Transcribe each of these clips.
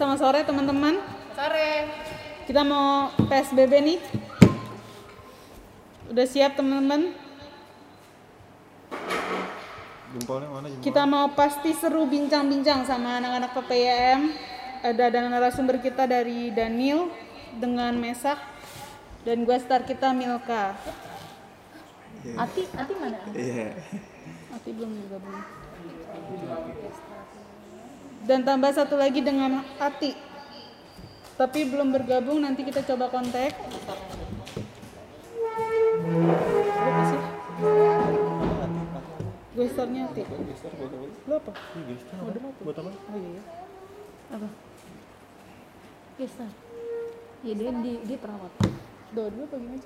Selamat sore teman-teman. Sore. Kita mau PSBB nih. Udah siap teman-teman? Jempolnya mana jempol? Kita mau pasti seru bincang-bincang sama anak-anak PPIM. Ada narasumber kita dari Daniel dengan Mesak dan gue star kita Milka. Yeah. Ati mana? Iya. Ati belum bergabung. Dan tambah satu lagi dengan Ati. Tapi belum bergabung, nanti kita coba kontak. Berapa sih? Gue starnya Ati. Lu apa? Buat apa? Oh iya. Apa? Gesta. Ya dia perawat. Doa dulu apa gimana?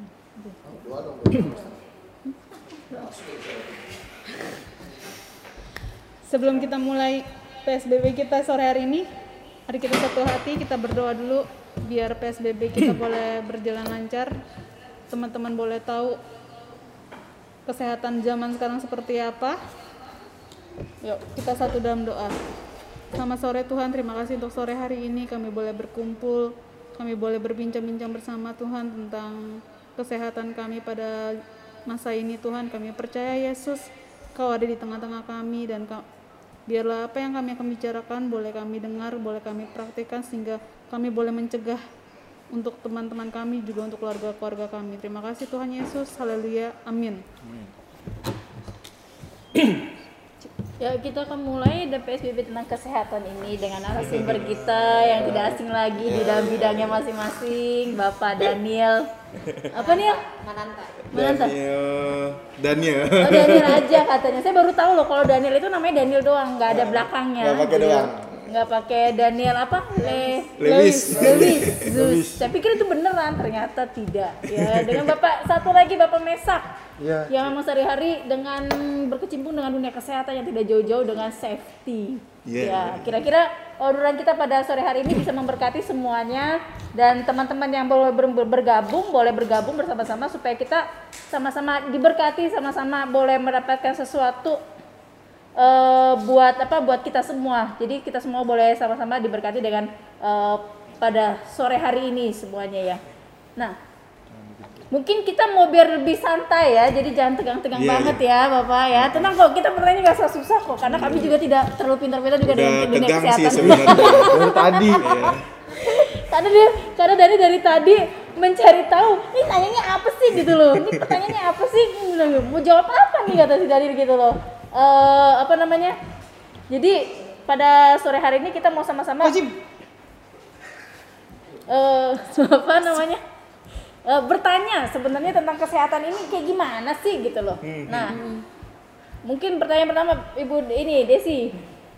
Sebelum kita mulai PSBB kita sore hari ini, mari kita satu hati, kita berdoa dulu biar PSBB kita boleh berjalan lancar. Teman-teman boleh tahu kesehatan zaman sekarang seperti apa. Yuk, kita satu dalam doa. Selamat sore Tuhan, terima kasih untuk sore hari ini kami boleh berkumpul, kami boleh berbincang-bincang bersama Tuhan tentang kesehatan kami pada masa ini Tuhan. Kami percaya Yesus, Kau ada di tengah-tengah kami dan biarlah apa yang kami akan bicarakan boleh kami dengar, boleh kami praktikkan sehingga kami boleh mencegah untuk teman-teman kami juga untuk keluarga-keluarga kami. Terima kasih Tuhan Yesus, haleluya, amin. Ya, kita akan mulai dari PSBB tentang kesehatan ini dengan narasumber kita yang tidak asing lagi di dalam bidangnya masing-masing, Bapak Daniel. Apa nih? Mananta. Daniel. Oh, Daniel aja katanya. Saya baru tahu loh kalau Daniel itu namanya Daniel doang, nggak ada belakangnya. Nggak pakai doang. Nggak pakai Daniel apa? Lewis. Zeus. Saya pikir itu beneran, ternyata tidak. Ya, dengan Bapak satu lagi Bapak Mesak. Ya. Yang memang sehari-hari dengan berkecimpung dengan dunia kesehatan yang tidak jauh-jauh dengan safety. Ya, kira-kira obrolan kita pada sore hari ini bisa memberkati semuanya dan teman-teman yang boleh bergabung bersama-sama supaya kita sama-sama diberkati, sama-sama boleh mendapatkan sesuatu buat kita semua. Jadi kita semua boleh sama-sama diberkati dengan pada sore hari ini semuanya ya. Nah, mungkin kita mau biar lebih santai ya, jadi jangan tegang-tegang banget ya Bapak ya. Tenang kok, kita pertanyaan nggak susah kok, karena kami juga tidak terlalu pintar-pintar juga dengan dunia kesehatan. Sih sebenarnya dari tadi. Ya. Karena dari tadi mencari tahu, ini tanyanya apa sih gitu loh, ini pertanyaannya apa sih, mau jawab apa nih kata si Daniel gitu loh. Jadi pada sore hari ini kita mau sama-sama bertanya sebenarnya tentang kesehatan ini kayak gimana sih gitu loh. Nah, mungkin pertanyaan pertama Ibu ini Desi.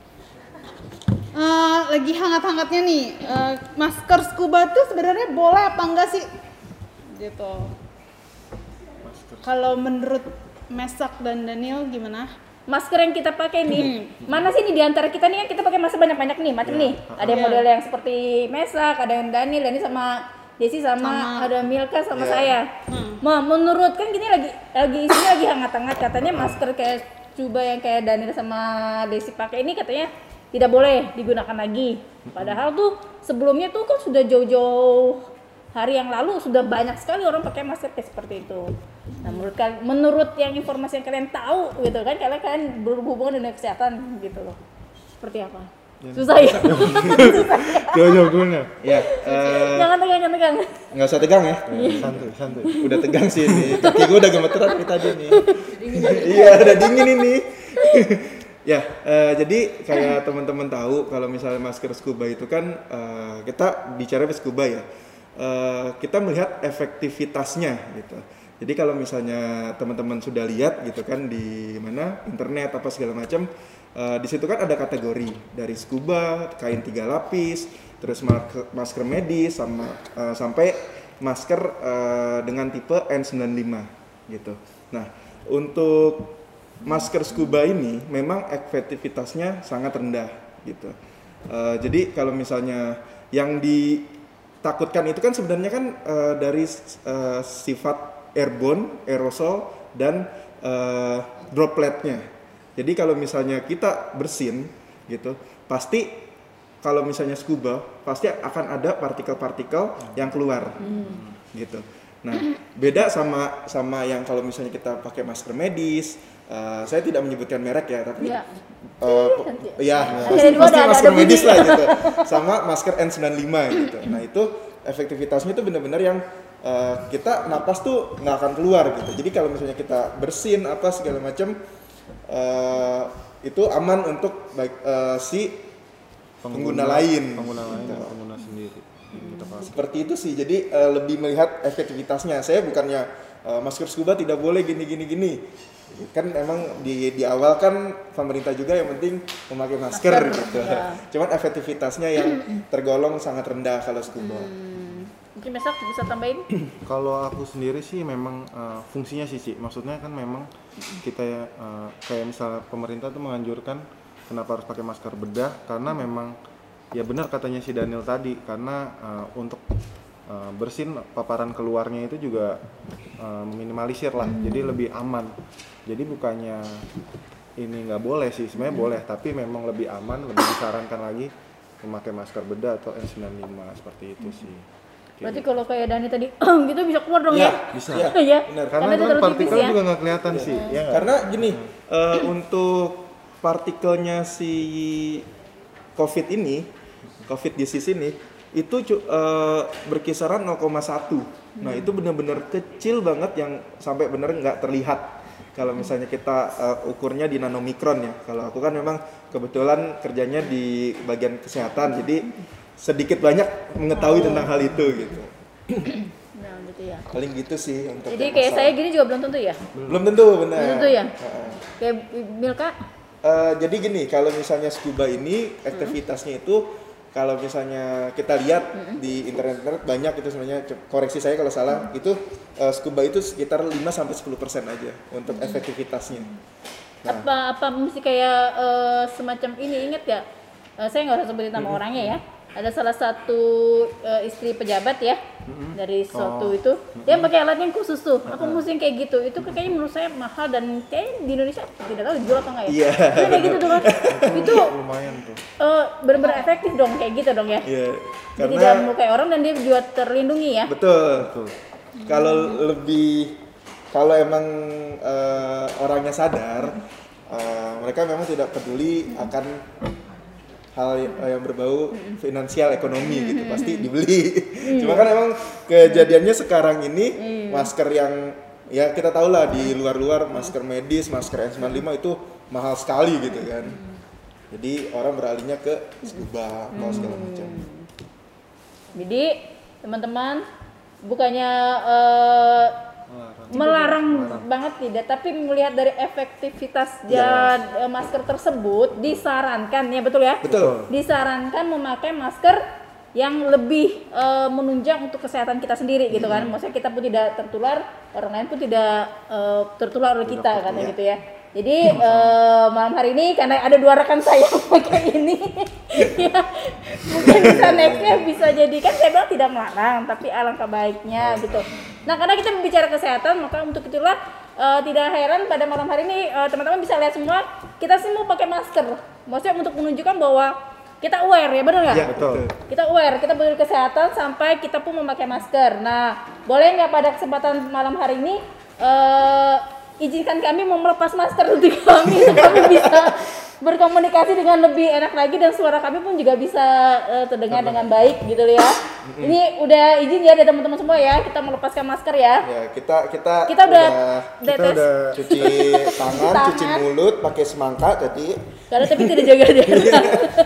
Lagi hangat-hangatnya nih, masker scuba tuh sebenarnya boleh apa enggak sih? Gitu. Kalau menurut Mesak dan Daniel gimana? Masker yang kita pakai nih, mana sih nih di antara kita nih kan kita pakai masker banyak-banyak nih, macam nih. Ada yang model yang seperti Mesak, ada yang Daniel sama Desi sama ada Milka sama saya. Menurut kan gini lagi isinya lagi hangat-hangat, katanya masker kayak scuba yang kayak Daniel sama Desi pakai ini katanya tidak boleh digunakan lagi. Padahal tuh sebelumnya tuh kan sudah jauh-jauh hari yang lalu sudah banyak sekali orang pakai masker kayak seperti itu. Nah, menurut yang informasi yang kalian tahu gitu kan, kalian berhubungan dengan kesehatan gitu loh. Seperti apa? Susah ya. Jauh-jauh dulu. Ya. Jangan tegang. Nggak usah tegang ya. Santuy. Udah tegang sih ini. Kaki gue udah gemeteran nih tadi nih. Iya, udah dingin ini. Ya, jadi kayak teman-teman tahu kalau misalnya masker scuba itu kan kita bicara scuba ya. Kita melihat efektivitasnya gitu. Jadi kalau misalnya teman-teman sudah lihat gitu kan di mana internet apa segala macam, di situ kan ada kategori dari scuba, kain 3 lapis, terus masker medis sampai masker dengan tipe N95 gitu. Nah, untuk masker scuba ini memang efektivitasnya sangat rendah gitu. Jadi kalau misalnya yang ditakutkan itu kan sebenarnya kan dari sifat airborne, aerosol dan dropletnya. Jadi kalau misalnya kita bersin gitu, pasti kalau misalnya scuba pasti akan ada partikel-partikel yang keluar gitu. Nah, beda sama yang kalau misalnya kita pakai masker medis. Saya tidak menyebutkan merek ya, tapi pasti masker medis lah gitu, sama masker N95 gitu. Nah itu efektivitasnya itu benar-benar yang kita napas tuh nggak akan keluar gitu. Jadi kalau misalnya kita bersin apa segala macam itu aman untuk si pengguna lain, pengguna sendiri. Seperti itu sih. Jadi lebih melihat efektivitasnya. Saya bukannya masker scuba tidak boleh gini. Kan emang di awal kan pemerintah juga yang penting memakai masker gitu. Ya. Cuman efektivitasnya yang tergolong sangat rendah kalau scuba. Mungkin besok bisa tambahin? Kalau aku sendiri sih memang fungsinya sih, maksudnya kan memang kita kayak misalnya pemerintah tuh menganjurkan kenapa harus pakai masker bedah, karena memang ya benar katanya si Daniel tadi, karena untuk bersin paparan keluarnya itu juga meminimalisir lah, jadi lebih aman. Jadi bukannya ini nggak boleh sih, sebenarnya boleh, tapi memang lebih aman, lebih disarankan lagi memakai masker bedah atau N95 seperti itu sih. Berarti kalau kayak Dani tadi gitu bisa keluar dong ya? Bisa. Ya. Benar. Karena itu terlalu partikel tipis ya? juga nggak kelihatan sih. Ya, Karena gini, untuk partikelnya si COVID disease ini itu berkisaran 0,1. Nah itu benar-benar kecil banget yang sampai benar nggak terlihat. Kalau misalnya kita ukurnya di nanomikron ya. Kalau aku kan memang kebetulan kerjanya di bagian kesehatan, jadi sedikit banyak mengetahui tentang hal itu gitu. Nah gitu ya. Paling gitu sih untuk. Jadi kayak saya gini juga belum tentu ya? Belum tentu, benar. Belum tentu ya? Kayak Milka? Jadi gini, kalau misalnya scuba ini aktivitasnya itu kalau misalnya kita lihat di internet banyak itu sebenarnya, koreksi saya kalau salah, itu scuba itu sekitar 5-10% aja untuk efektivitasnya. Nah. Apa mesti kayak semacam ini, inget ya? Saya nggak usah sebutin nama orangnya ya. Ada salah satu istri pejabat ya dari suatu itu, dia pakai alat yang khusus tuh. Aku mesti yang kayak gitu. Itu kayaknya menurut saya mahal dan kayak di Indonesia tidak tahu dijual atau enggak ya. Iya. Kayak gitu tuh kan. Itu lumayan tuh. Benar-benar efektif dong kayak gitu dong ya. Iya. Jadi tidak melukai orang dan dia juga terlindungi ya. Betul. Kalau emang orangnya sadar, mereka memang tidak peduli akan hal yang berbau finansial ekonomi gitu, pasti dibeli. Cuma kan emang kejadiannya sekarang ini masker yang ya kita tahu lah di luar masker medis, masker N95 itu mahal sekali gitu kan. Jadi orang beralihnya ke scuba atau segala macam. Jadi teman-teman bukannya melarang banget tidak, tapi melihat dari efektivitas masker tersebut disarankan ya, betul ya? Betul. Disarankan memakai masker yang lebih menunjang untuk kesehatan kita sendiri gitu kan. Maksudnya kita pun tidak tertular, orang lain pun tidak tertular oleh kita katanya gitu ya. Jadi malam hari ini karena ada 2 rekan saya pakai ini ya, mungkin bisa nextnya bisa jadi, kan saya bilang tidak melarang tapi alangkah baiknya gitu. Nah karena kita berbicara kesehatan, maka untuk itulah tidak heran pada malam hari ini teman-teman bisa lihat semua kita semua pakai masker. Maksudnya untuk menunjukkan bahwa kita aware ya, benar nggak? Ya, betul. Kita aware, kita peduli kesehatan sampai kita pun memakai masker. Nah boleh nggak pada kesempatan malam hari ini izinkan kami mau melepas masker untuk kami bisa berkomunikasi dengan lebih enak lagi dan suara kami pun juga bisa terdengar dengan baik gitu ya. Ini udah izin ya dari teman-teman semua ya, kita melepaskan masker ya. Ya, kita udah cuci tangan, cuci mulut pakai semangka jadi karena tapi tidak jaga jarak.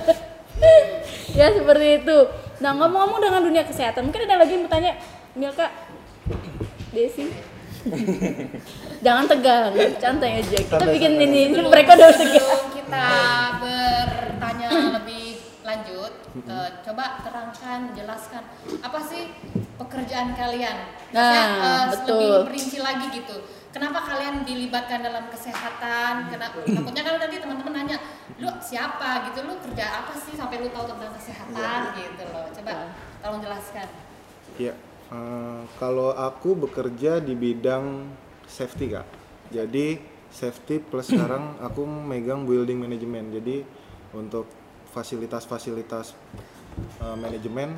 Ya seperti itu. Nah ngomong-ngomong dengan dunia kesehatan, mungkin ada lagi yang bertanya, Milka, Desi. Jangan tegang, santai aja. Kita bikin ini mereka udah tegang. Sebelum kita bertanya lebih lanjut, coba terangkan, jelaskan apa sih pekerjaan kalian? Nah, betul. Lebih perinci lagi gitu. Kenapa kalian dilibatkan dalam kesehatan? Takutnya kan nanti teman-teman nanya, lu siapa gitu, lu kerja apa sih sampai lu tahu tentang kesehatan gitu loh. Coba tolong jelaskan. Iya. Kalau aku bekerja di bidang safety Kak. Jadi safety plus sekarang aku megang building management. Jadi untuk fasilitas manajemen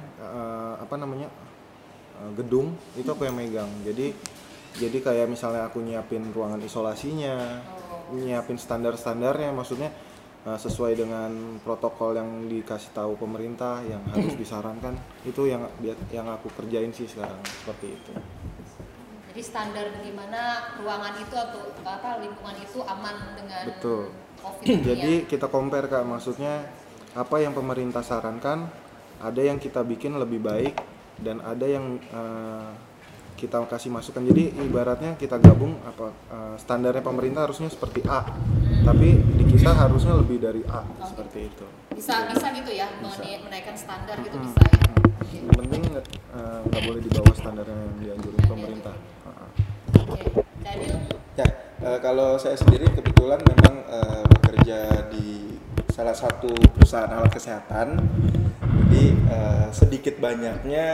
gedung itu aku yang megang. Jadi kayak misalnya aku nyiapin ruangan isolasinya, nyiapin standar-standarnya, maksudnya sesuai dengan protokol yang dikasih tahu pemerintah yang harus disarankan, itu yang aku kerjain sih sekarang, seperti itu. Jadi standar bagaimana ruangan itu atau lingkungan itu aman dengan Betul. COVID ini. Jadi kita compare Kak, maksudnya apa yang pemerintah sarankan, ada yang kita bikin lebih baik dan ada yang kita kasih masukan. Jadi ibaratnya kita gabung standarnya pemerintah harusnya seperti A, tapi di kita harusnya lebih dari A, seperti itu. Bisa gitu ya, menaikkan standar gitu bisa ya. Yang penting nggak boleh di bawah standar yang dianjurin pemerintah. Oke, Daniel. Ya, kalau saya sendiri kebetulan memang bekerja di salah satu perusahaan alat kesehatan. Jadi sedikit banyaknya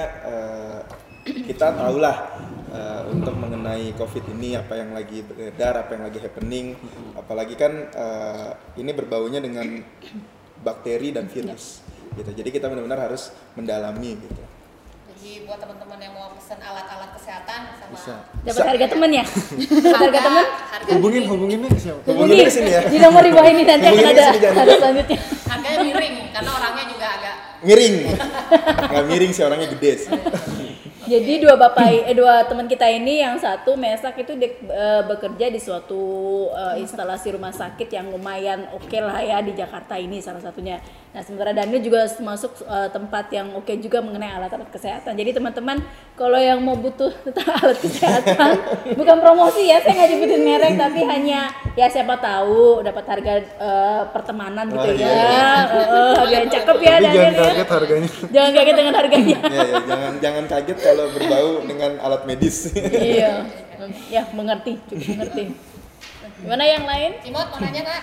kita tahulah untuk mengenai COVID ini, apa yang lagi beredar, apa yang lagi happening. Apalagi kan ini berbaunya dengan bakteri dan virus. Gitu. Jadi kita benar-benar harus mendalami gitu. Jadi buat teman-teman yang mau pesan alat-alat kesehatan sama Bisa. Dapat harga temen ya? Dapat harga temen? Hubungin ke siapa? Hubungin ke sini ya. Di nomor di bawah ini nanti akan Hubungin ada ke sini, jangan. ada selanjutnya. harganya miring karena orangnya juga agak Miring. Nggak miring sih, orangnya gede sih. Jadi dua teman kita ini, yang satu Mesak itu bekerja di suatu instalasi rumah sakit yang lumayan oke lah ya di Jakarta ini salah satunya. Nah sementara Daniel juga masuk tempat yang oke juga mengenai alat-alat kesehatan. Jadi teman-teman kalau yang mau butuh tentang alat kesehatan, bukan promosi ya, saya nggak nyebutin merek, tapi hanya ya siapa tahu dapat harga pertemanan gitu ya. Harga yang cakep ya Tapi Daniel jangan ya. kaget harganya. Jangan kaget dengan harganya. Ya, jangan kaget kalau berbau dengan alat medis. Iya, ya mengerti, cukup mengerti. Gimana yang lain? Cimot mau nanya Kak?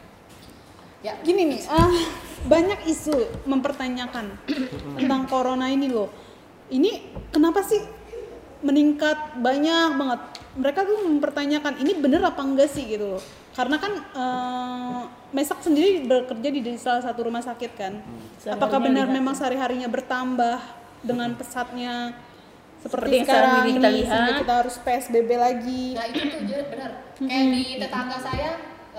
Ya, Gini nih, banyak isu mempertanyakan tentang corona ini loh. Ini kenapa sih meningkat banyak banget? Mereka tuh mempertanyakan ini bener apa enggak sih gitu loh. Karena kan Mesak sendiri bekerja di salah satu rumah sakit kan. Apakah benar memang sehari-harinya bertambah dengan pesatnya seperti yang sekarang sekarang ini kita ini, lihat. sehingga kita harus PSBB lagi? nah itu tuh benar. Kayak di tetangga saya,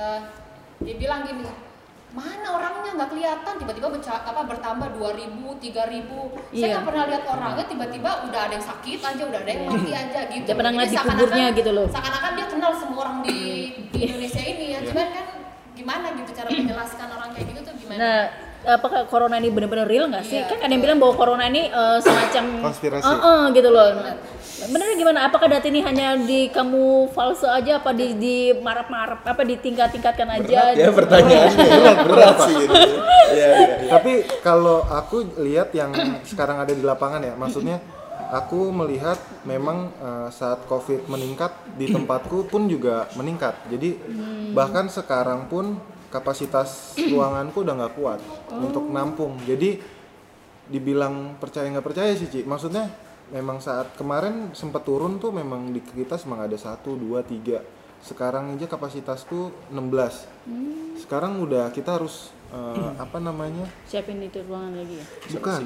dia bilang gini, mana orangnya nggak kelihatan, tiba-tiba bertambah 2.000, 3.000. Saya Iya. nggak pernah lihat orangnya, tiba-tiba udah ada yang sakit aja, udah ada yang mati aja gitu. Dia pernah ngeliat Jadi di kuburnya gitu loh. Seakan-akan dia kenal semua orang di Indonesia ini ya. Cuman kan gimana gitu cara menjelaskan orang kayak gitu tuh gimana? Nah, apakah corona ini benar-benar real nggak sih? Iya, Kan ada yang bilang bahwa corona ini semacam Konspirasi. gitu loh. Bener gimana? Apakah data ini hanya di kamu false aja, apa di marap-marap, apa ditingkat-tingkatkan aja? Ya pertanyaannya berat sih gitu. Iya. Tapi kalau aku lihat yang sekarang ada di lapangan ya, maksudnya aku melihat memang saat COVID meningkat di tempatku pun juga meningkat. Jadi bahkan sekarang pun kapasitas ruanganku udah nggak kuat untuk nampung. Jadi dibilang percaya nggak percaya sih Ci. Maksudnya memang saat kemarin sempat turun tuh memang di kita memang ada 1, 2, 3. Sekarang aja kapasitasku 16. Sekarang udah kita harus Siapin itu ruangan lagi ya? bukan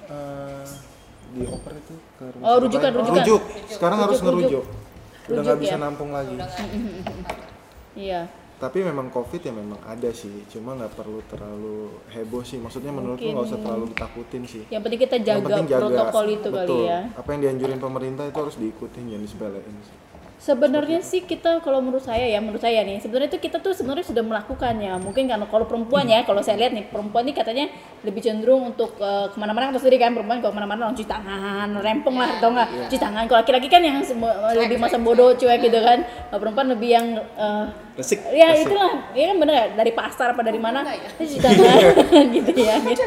dioper itu ke rumah Oh, sakit rujukan, lain. rujukan. Rujuk. Sekarang harus Rujuk. ngerujuk. Udah nggak Rujuk, bisa ya. nampung lagi. Iya. Tapi memang COVID ya memang ada sih, cuma nggak perlu terlalu heboh sih. Maksudnya menurutku nggak usah terlalu ditakutin sih. Yang penting kita Yang jaga penting protokol itu betul. kali ya. Apa yang dianjurin pemerintah itu harus diikutin, jangan disepelein sih. Sebenarnya sih kita, kalau menurut saya nih, sebenarnya itu kita tuh sebenarnya sudah melakukannya. Mungkin karena kalau perempuan ya, kalau saya lihat nih perempuan nih katanya lebih cenderung untuk kemana-mana, kan sendiri kan perempuan kalau kemana-mana langsung cuci tangan, rempong lah, atau enggak cuci tangan. Kalau laki-laki kan yang lebih masa bodoh cuek gitu kan. Kalau perempuan lebih yang Resik. ya itulah, ya kan bener ya, dari pasar apa dari mana cuci tangan gitu ya. Gitu.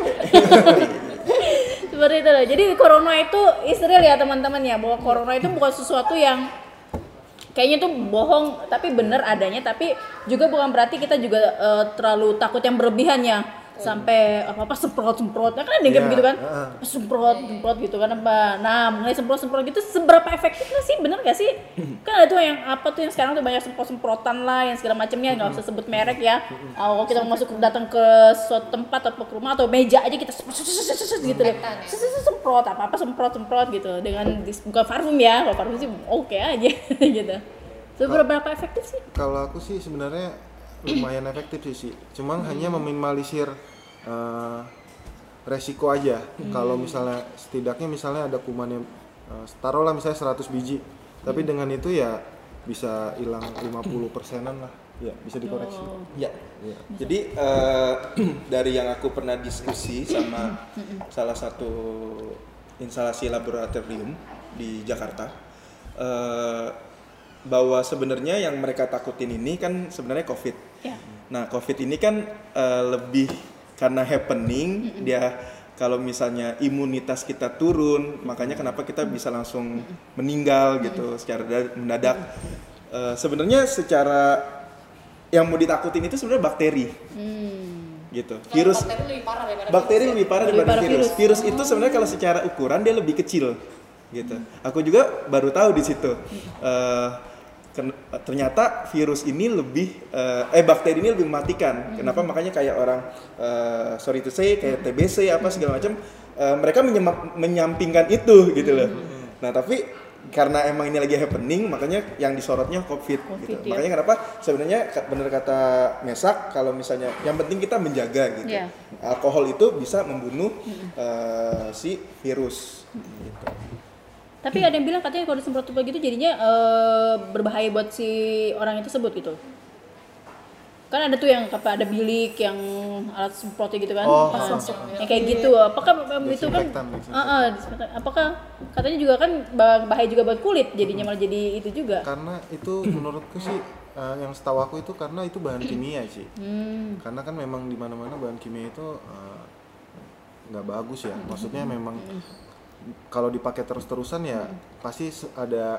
Seperti itu loh. Jadi corona itu Israel ya teman-teman ya, bahwa corona itu bukan sesuatu yang kayaknya tuh bohong, tapi bener adanya, tapi juga bukan berarti kita juga terlalu takut yang berlebihan ya. sampai apa semprot kan ada yang kayak begitu kan, semprot gitu kan apa. Nah mengenai semprot gitu seberapa efektif sih, bener gak sih? Kan ada tuh yang apa tuh yang sekarang tuh banyak semprotan lah yang segala macamnya, nggak usah sebut merek ya. Kalau kita datang ke suatu tempat atau ke rumah atau meja aja kita semprot gitu deh, semprot apa semprot gitu dengan bukan parfum ya, kalau parfum sih oke aja gitu. Seberapa efektif sih? Kalau aku sih sebenarnya lumayan efektif sih. Cuman hanya meminimalisir resiko aja. Kalau misalnya setidaknya ada kuman yang taruhlah misalnya 100 biji. Tapi dengan itu ya bisa hilang 50%-an lah. Ya, bisa dikoreksi. Ya. Jadi dari yang aku pernah diskusi sama salah satu instalasi laboratorium di Jakarta, bahwa sebenarnya yang mereka takutin ini kan sebenarnya COVID. Ya. Nah, COVID ini kan lebih karena happening, dia kalau misalnya imunitas kita turun, makanya kenapa kita bisa langsung meninggal gitu secara mendadak. Sebenarnya secara yang mau ditakutin itu sebenarnya bakteri. Gitu. Virus bakteri lebih parah daripada virus. Virus itu sebenarnya kalau secara ukuran dia lebih kecil gitu. Aku juga baru tahu di situ. Ternyata virus ini bakteri ini lebih mematikan. Kenapa? Makanya kayak orang sorry to say kayak TBC apa segala macam, mereka menyampingkan itu gitu loh. Nah, tapi karena emang ini lagi happening, makanya yang disorotnya COVID gitu. Ya. Makanya kenapa sebenarnya benar kata Mesak, kalau misalnya yang penting kita menjaga gitu. Yeah. Alkohol itu bisa membunuh si virus gitu. Tapi ada yang bilang katanya kalau disemprot begitu jadinya berbahaya buat si orang itu tersebut gitu. Kan ada tuh yang ada bilik yang alat semprotnya gitu kan, pas masuk yang kayak gitu. Apakah itu kan apakah katanya juga kan bahaya juga buat kulit, jadinya malah jadi itu juga. Karena itu menurutku sih yang setahu aku itu karena itu bahan kimia sih. Karena kan memang di mana-mana bahan kimia itu nggak bagus ya. Maksudnya memang kalau dipakai terus-terusan ya pasti ada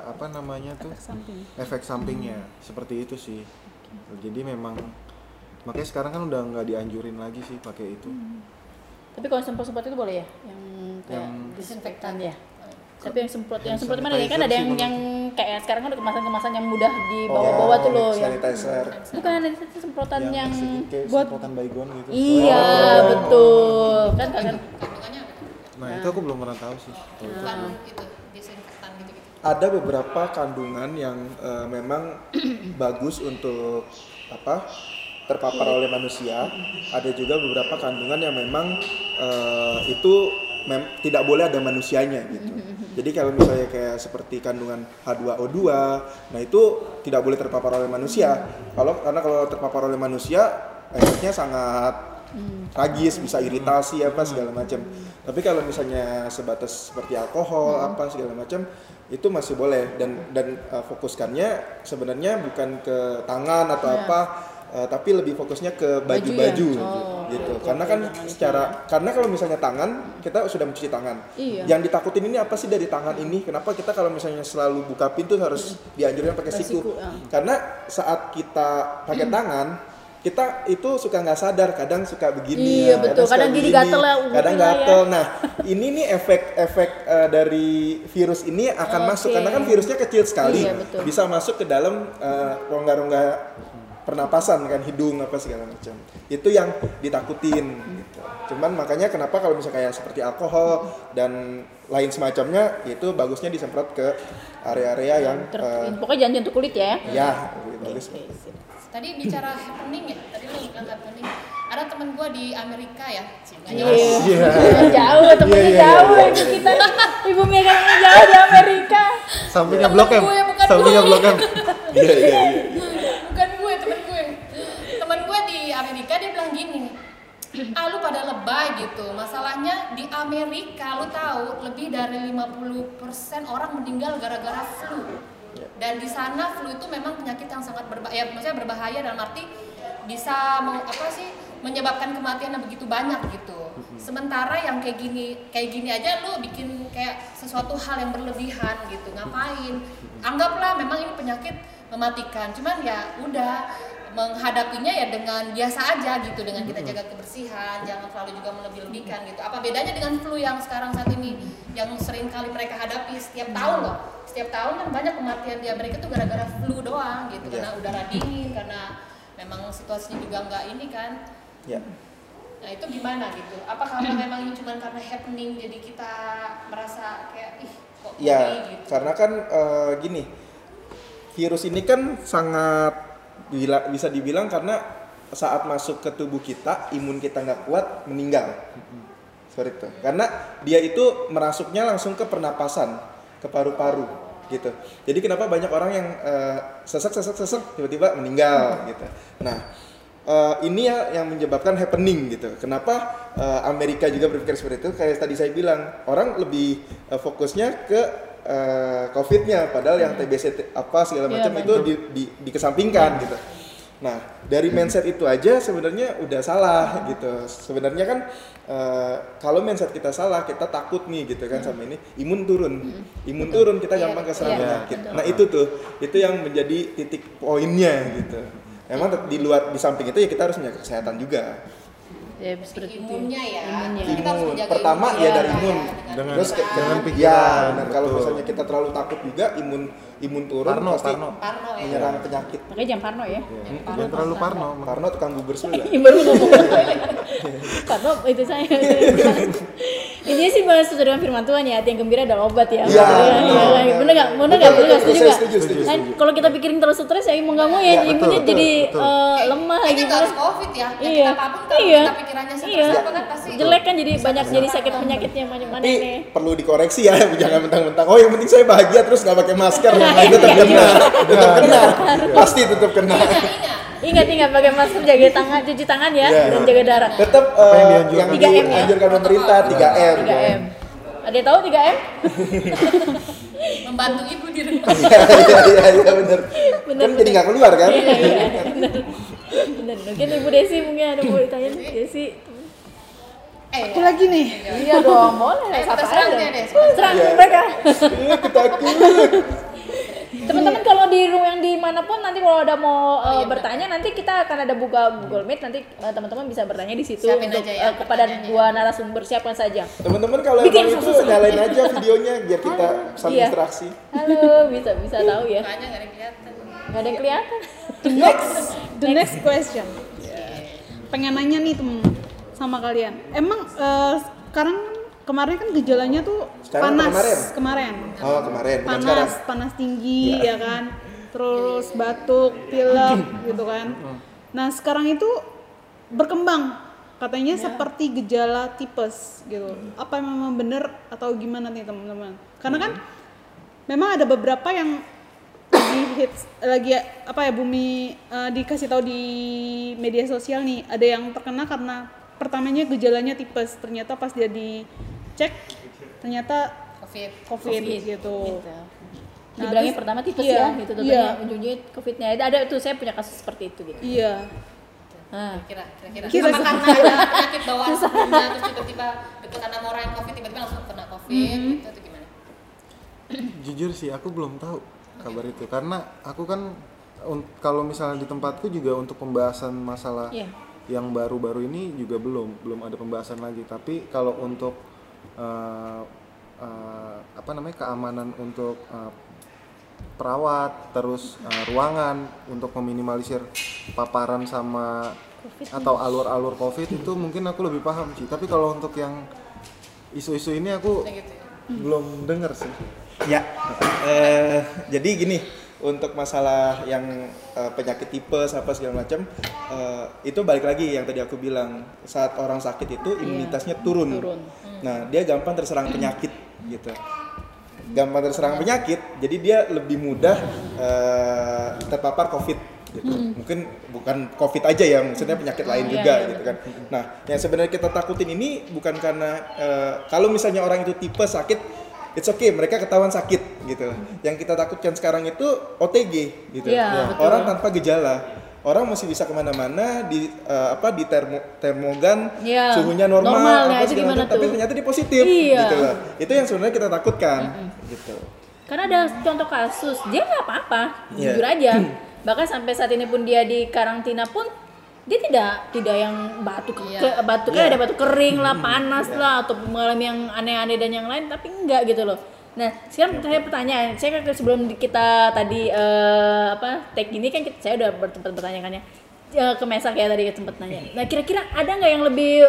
efek sampingnya seperti itu sih. Jadi memang makanya sekarang kan udah nggak dianjurin lagi sih pakai itu. Tapi kalau semprot itu boleh ya, yang disinfektan ya. Tapi yang semprot mana ya, kan ada yang kayak sekarang kan ada kemasan yang mudah dibawa-bawa tuh loh, sanitizer. Bukan itu semprotan yang buat semprotan baygon gitu. Iya, betul. Kan kalian. Nah, itu aku belum pernah tahu sih. Bukan itu disinfektan gitu-gitu. Ada beberapa kandungan yang memang bagus untuk terpapar oleh manusia. Ada juga beberapa kandungan yang memang itu tidak boleh ada manusianya gitu. Jadi kalau misalnya kayak seperti kandungan H2O2, nah itu tidak boleh terpapar oleh manusia. Karena kalau terpapar oleh manusia efeknya sangat tragis, bisa iritasi segala macam. Tapi kalau misalnya sebatas seperti alkohol segala macam itu masih boleh, dan fokuskannya sebenarnya bukan ke tangan atau tapi lebih fokusnya ke baju-baju gitu. Karena kan karena kalau misalnya tangan kita sudah mencuci tangan. Yang ditakutin ini apa sih dari tangan ini? Kenapa kita kalau misalnya selalu buka pintu harus dianjurkan pakai siku? Karena saat kita pakai tangan kita itu suka nggak sadar, kadang suka begini, kadang gini gatel ya, kadang gatel. Nah, ini nih efek dari virus ini akan masuk, karena kan virusnya kecil sekali, bisa masuk ke dalam rongga-rongga pernapasan kan, hidung segala macam. Itu yang ditakutin gitu. Cuman makanya kenapa kalau misalnya kayak seperti alkohol dan lain semacamnya itu bagusnya disemprot ke area-area yang pokoknya jangan untuk kulit ya. Ya, bagus. Tadi bicara happening ya, tadi lu bilang happening. Ada temen gue di Amerika ya, jauh temennya jauh, ibu kita, ibu Mega jauh di Amerika. Sampingnya Blok M. Iya. Bukan gue, temen gue di Amerika, dia bilang gini, lu pada lebay gitu. Masalahnya di Amerika lu tahu lebih dari 50% orang meninggal gara-gara flu. Dan di sana flu itu memang penyakit yang sangat berbahaya dalam arti bisa menyebabkan kematian yang begitu banyak gitu. Sementara yang kayak gini aja lu bikin kayak sesuatu hal yang berlebihan gitu. Ngapain? Anggaplah memang ini penyakit mematikan. Cuman ya udah, menghadapinya ya dengan biasa aja gitu, dengan kita jaga kebersihan, jangan terlalu juga melebih-lebihkan gitu. Apa bedanya dengan flu yang sekarang saat ini yang sering kali mereka hadapi setiap tahun loh. Setiap tahun kan banyak kematian di Amerika tuh gara-gara flu doang gitu, karena udara dingin, karena memang situasinya juga nggak ini kan. Ya. Nah itu gimana gitu? Apa karena memang ini cuma karena happening jadi kita merasa kayak ih kok Ya, gitu? karena kan gini, virus ini kan sangat bisa dibilang karena saat masuk ke tubuh kita, imun kita nggak kuat, meninggal. Sorry tuh. Karena dia itu merasuknya langsung ke pernapasan, ke paru-paru gitu. Jadi kenapa banyak orang yang sesek tiba-tiba meninggal gitu. Nah, ini ya yang menyebabkan happening gitu. Kenapa Amerika juga berpikir seperti itu? Kayak tadi saya bilang, orang lebih fokusnya ke COVID-nya, padahal yang TBC apa segala macam itu dikesampingkan gitu. Nah, dari mindset itu aja sebenarnya udah salah gitu. Sebenarnya kan kalau mindset kita salah, kita takut nih gitu kan sama ini, imun turun, kita gampang keserang penyakit. Nah, itu yang menjadi titik poinnya gitu. Emang di samping itu ya kita harus menjaga kesehatan juga. Ya, seperti Imunnya ya. Imunnya. Kita harus menjaga Pertama imunnya ya dari imun. Dengan Dengan pikiran. Ya, dan kalau misalnya kita terlalu takut juga imun turun pasti Parno ya. menyerang penyakit. Makanya jangan parno ya. Jangan terlalu parno. Parno tukang bubur sebelah. Ini baru ngomong. Parno itu saya. Intinya sih bahas sesuai dengan firman Tuhan ya, hati yang gembira adalah obat ya. Iya. Bener nggak? Bener nggak? Setuju nggak? Setuju. Kan kalau kita pikirin terus stres ya mau nggak mau ya imunnya jadi lemah Kayaknya gitu. nggak harus COVID ya. Iya. Kita apapun kalau Iya. kita pikirannya stres Iya. apa kan pasti Jelek kan jadi banyak jadi sakit penyakitnya mana-mana Tapi nih. perlu dikoreksi ya, jangan mentang-mentang. Oh, yang penting saya bahagia terus nggak pakai masker. Tetap kena. Pasti tetap kena. Ingat pakai masker, jaga tangan, cuci tangan ya, Iya. dan jaga jarak. Tetap yang 3M ya? dianjurkan pemerintah 3M. 3M. Ada yang tahu 3M? membantu ibu di rumah. Iya benar. Kan jadi nggak keluar kan? Iya, bener. Mungkin Ibu Desi mungkin ada mau ditanya Desi. Aku lagi nih. Iya dong, boleh. Kita Sapa serang aja. dia deh. Serang mereka. Ketakut. Teman-teman kalau di room yang dimanapun nanti kalau ada mau bertanya nanti kita akan ada buka Google Meet, nanti teman-teman bisa bertanya di situ Siapin untuk aja ya kepada dua narasumber siapa saja. Teman-teman kalau Bikin emang itu susu. nyalain aja videonya biar kita saling Iya. interaksi. Halo, bisa tahu ya. Makanya nggak ada yang kelihatan. Nggak ada yang kelihatan. The next question. Pengen nanya nih temen sama kalian. Emang sekarang kemarin kan gejalanya tuh Sekarang panas. atau Kemarin. Oh, kemarin bukan sekarang. Panas tinggi ya kan. Terus batuk, pilek gitu kan. Nah, sekarang itu berkembang katanya seperti gejala tipes gitu. Apa memang benar atau gimana nih teman-teman? Karena kan memang ada beberapa yang lagi bumi dikasih tahu di media sosial nih, ada yang terkena karena pertamanya gejalanya tipes, ternyata pas dia dicek ternyata COVID gitu. Dibilangnya terus- pertama tipes iya, ya gitu iya. tentunya ujung-ujungnya COVID-nya. Ada tuh saya punya kasus seperti itu gitu. Iya. Nah, Kira-kira apa karena ada penyakit bawaan sebelumnya terus tiba-tiba deket sama orang yang COVID tiba-tiba langsung kena COVID gitu atau gimana? Jujur sih aku belum tahu kabar itu karena aku kan kalau misalnya di tempatku juga untuk pembahasan masalah Iya. yang baru-baru ini juga belum ada pembahasan lagi. Tapi kalau untuk keamanan untuk perawat terus ruangan untuk meminimalisir paparan sama atau alur-alur COVID itu mungkin aku lebih paham sih. Tapi kalau untuk yang isu-isu ini aku belum dengar sih. Ya, jadi gini, untuk masalah yang penyakit tipes apa segala macam, itu balik lagi yang tadi aku bilang, saat orang sakit itu imunitasnya turun. Nah, dia gampang terserang penyakit gitu. Gampang terserang penyakit, jadi dia lebih mudah terpapar COVID gitu. Mungkin bukan COVID aja ya, maksudnya penyakit lain juga gitu kan. Nah, yang sebenarnya kita takutin ini bukan karena kalau misalnya orang itu tipe sakit, it's okay, mereka ketahuan sakit gitu. Yang kita takutkan sekarang itu OTG gitu. Iya, betul. Orang tanpa gejala. Orang masih bisa kemana-mana di termogan, Iya, suhunya normal normal, apa itu segala gimana macam, tapi tuh? ternyata dia positif Iya. gitu loh. Itu yang sebenarnya kita takutkan gitu. karena ada contoh kasus dia nggak apa-apa, Iya. jujur aja. Bahkan sampai saat ini pun dia di karantina pun dia tidak yang batuk batuknya ada batuk kering lah, panas lah, atau mengalami yang aneh-aneh dan yang lain, tapi enggak gitu loh. Nah, sekarang saya pertanyaan, saya kan sebelum kita tadi tag ini kan saya udah bertempat bertanyakannya ke Mesak ya tadi tempat nanya. Nah, kira-kira ada nggak yang lebih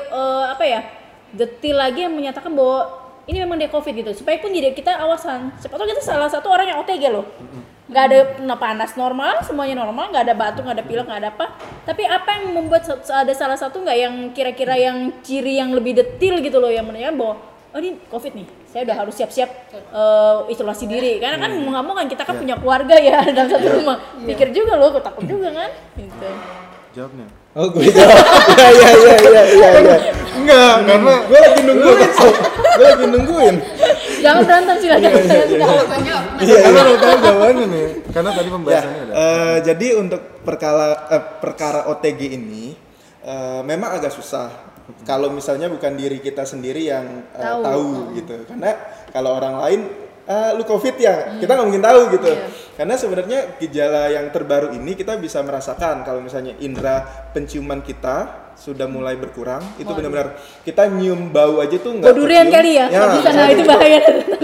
detail lagi yang menyatakan bahwa ini memang dia COVID gitu, supaya pun jadi kita awasan. Siapa tahu kita salah satu orang yang OTG loh. Nggak ada panas normal, semuanya normal, nggak ada batuk, nggak ada pilek, nggak ada apa. Tapi apa yang membuat ada salah satu nggak yang kira-kira yang ciri yang lebih detail gitu loh, yang menanyakan bahwa oh ini COVID nih, saya udah harus siap-siap isolasi diri. Karena kan mau nggak mau kan kita kan punya keluarga ya dalam satu rumah. Pikir juga loh, aku takut juga kan. Gitu. Jawabnya. Oh, gue jawab. Iya. Enggak, karena gue lagi nungguin. Jangan berantem sih lagi. Karena udah tahu jawabannya nih. Karena tadi pembahasannya ada. Jadi untuk perkara OTG ini memang agak susah. Kalau misalnya bukan diri kita sendiri yang tahu gitu. Karena kalau orang lain lu COVID ya, kita nggak mungkin tahu gitu. Karena sebenarnya gejala yang terbaru ini kita bisa merasakan kalau misalnya indera penciuman kita sudah mulai berkurang, itu benar-benar kita nyium bau aja tuh nggak durian kali ya, nah itu bahaya.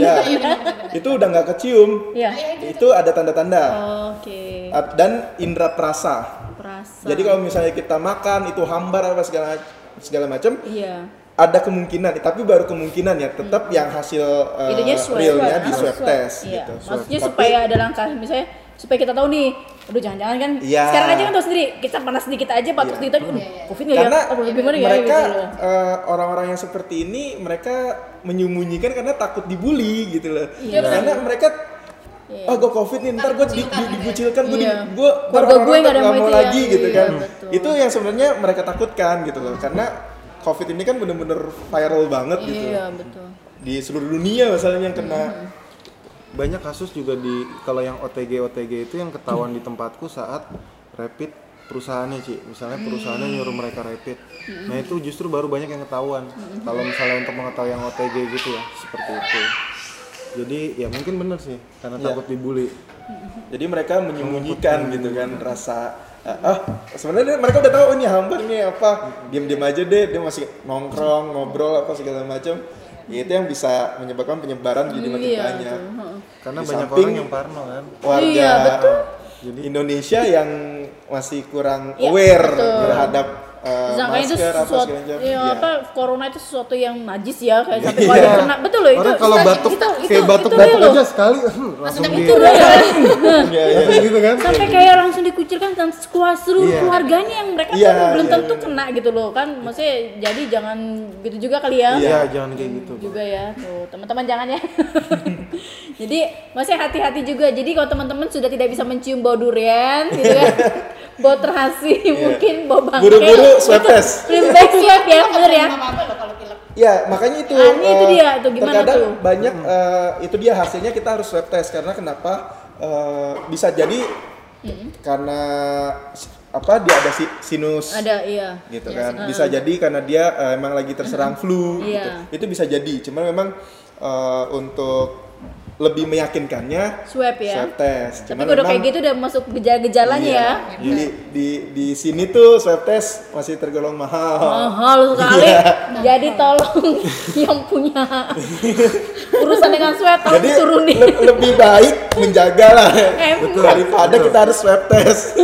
Itu udah nggak kecium, itu ada tanda-tanda. Oke. Dan indera perasa. Jadi kalau misalnya kita makan itu hambar apa segala macam, ada kemungkinan, tapi baru kemungkinan ya, tetap yang hasil realnya di swab test gitu. Maksudnya supaya ada langkah, misalnya supaya kita tahu nih, aduh jangan-jangan kan sekarang aja kan tahu sendiri, kita panas sedikit aja, batuk sedikit aja, COVID nggak ya? Karena gimana ya? Mereka gitu loh. orang-orang yang seperti ini mereka menyembunyikan karena takut dibully gitu loh. Karena mereka gue COVID nih, ntar gue dikucilkan, gue keluarga gue nggak mau lagi gitu kan. Betul. Itu yang sebenarnya mereka takutkan gitu loh, karena COVID ini kan bener-bener viral banget gitu. Iya, betul. Di seluruh dunia misalnya yang kena. Banyak kasus juga kalau yang OTG itu yang ketahuan di tempatku saat rapid perusahaannya, Ci. Misalnya perusahaannya nyuruh mereka rapid. Nah, itu justru baru banyak yang ketahuan. Kalau misalnya untuk mengetahui yang OTG gitu ya, seperti itu. Jadi ya mungkin bener sih, karena takut dibully. Jadi mereka menyembunyikan gitu kan rasa sebenarnya mereka udah tahu ini hambar nih apa, diam-diam aja deh, dia masih nongkrong, ngobrol apa segala macam. Ya, itu yang bisa menyebabkan penyebaran jadi makin banyak. Karena Di banyak samping orang yang parno kan. Warga Jadi Indonesia yang masih kurang aware terhadap itu masker apa sesuatu, segala macam. corona itu sesuatu yang najis ya, kayak sampai kalau kena, betul loh itu. orang kalau batuk kayak batuk-batuk aja sekali langsung gitu kan. Sampai kayak langsung dikucilkan dan seluruh keluarganya yang mereka belum tentu kena gitu loh kan. Maksudnya jadi jangan gitu juga kali ya. Iya, jangan kayak gitu. Juga ya. Tuh, teman-teman jangan ya. Jadi masih hati-hati juga. Jadi kalau teman-teman sudah tidak bisa mencium bau durian gitu ya. Bau terasi, mungkin bau bangke. Buru-buru swab test. Lebih baik swab ya, bener ya. Ya, makanya itu. Itu dia, itu gimana terkadang tuh? banyak itu dia hasilnya kita harus swab test karena kenapa? Bisa jadi karena dia ada sinus. Ada, iya. Gitu kan. Bisa jadi karena dia emang lagi terserang flu gitu. Itu bisa jadi. Cuma memang untuk lebih meyakinkannya swab ya. Swab test. Tapi kalau kayak gitu udah masuk gejala-gejalanya ya. Di sini tuh swab test masih tergolong mahal. Mahal sekali. Jadi tolong yang punya urusan dengan swab tolong turunin. Lebih baik menjaga lah daripada kita harus swab test.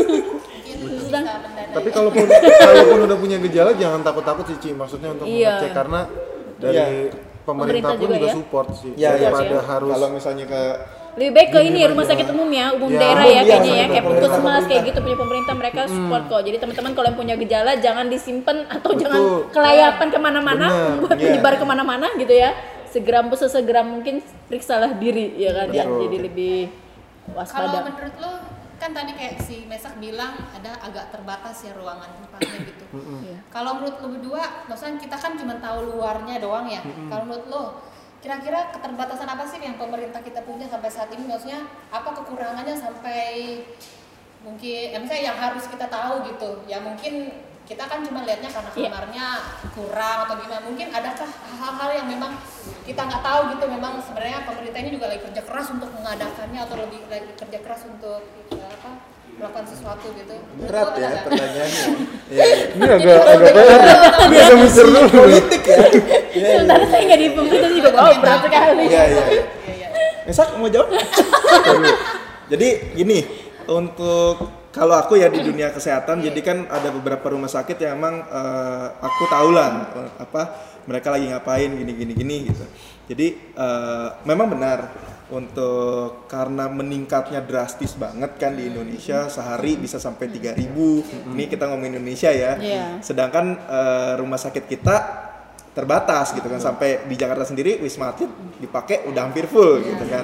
Tapi kalaupun udah punya gejala jangan takut-takut sih, Ci. Maksudnya untuk mengecek karena dari pemerintah pun juga support sih. Daripada harus kalau misalnya ke lebih baik ke ini rumah sakit umum ya, daerah ya kayaknya ya, kayak puskesmas kayak gitu punya pemerintah, mereka support kok. Jadi teman-teman kalau yang punya gejala jangan disimpan atau jangan kelayapan kemana-mana, buat menyebar kemana-mana gitu ya. Sesegera mungkin periksalah diri ya kan ya. Jadi lebih waspada. Kalau menurut lo kan tadi kayak si Mesak bilang ada agak terbatas ya ruangan tempatnya gitu. Kalau menurut lo berdua, maksudnya kita kan cuma tahu luarnya doang ya. Kalau menurut lo kira-kira keterbatasan apa sih yang pemerintah kita punya sampai saat ini? Maksudnya apa kekurangannya sampai mungkin misalnya yang harus kita tahu gitu. Ya mungkin kita kan cuma lihatnya karena kamarnya kurang atau gimana. Mungkin adakah hal-hal yang memang kita nggak tahu gitu. Memang sebenarnya pemerintah ini juga lagi kerja keras untuk mengadakannya atau lebih lagi kerja keras untuk melakukan sesuatu gitu. Berat Itu ya ada nggak? pertanyaannya. Iya. Ini agak berat. Bisa mikir dulu. Politik ya. Sementara saya nggak di pemerintah juga, wow berat sekali. Iya, iya. Iya, iya. Mesak mau jawab? Jadi gini, untuk kalau aku ya di dunia kesehatan, jadi kan ada beberapa rumah sakit yang emang aku tahu lah apa mereka lagi ngapain gini gitu. Jadi memang benar untuk karena meningkatnya drastis banget kan di Indonesia, sehari bisa sampai 3.000. Ini kita ngomongin Indonesia ya. Iya. Sedangkan rumah sakit kita terbatas gitu kan, sampai di Jakarta sendiri Wisma Atlet dipakai udah hampir full gitu kan.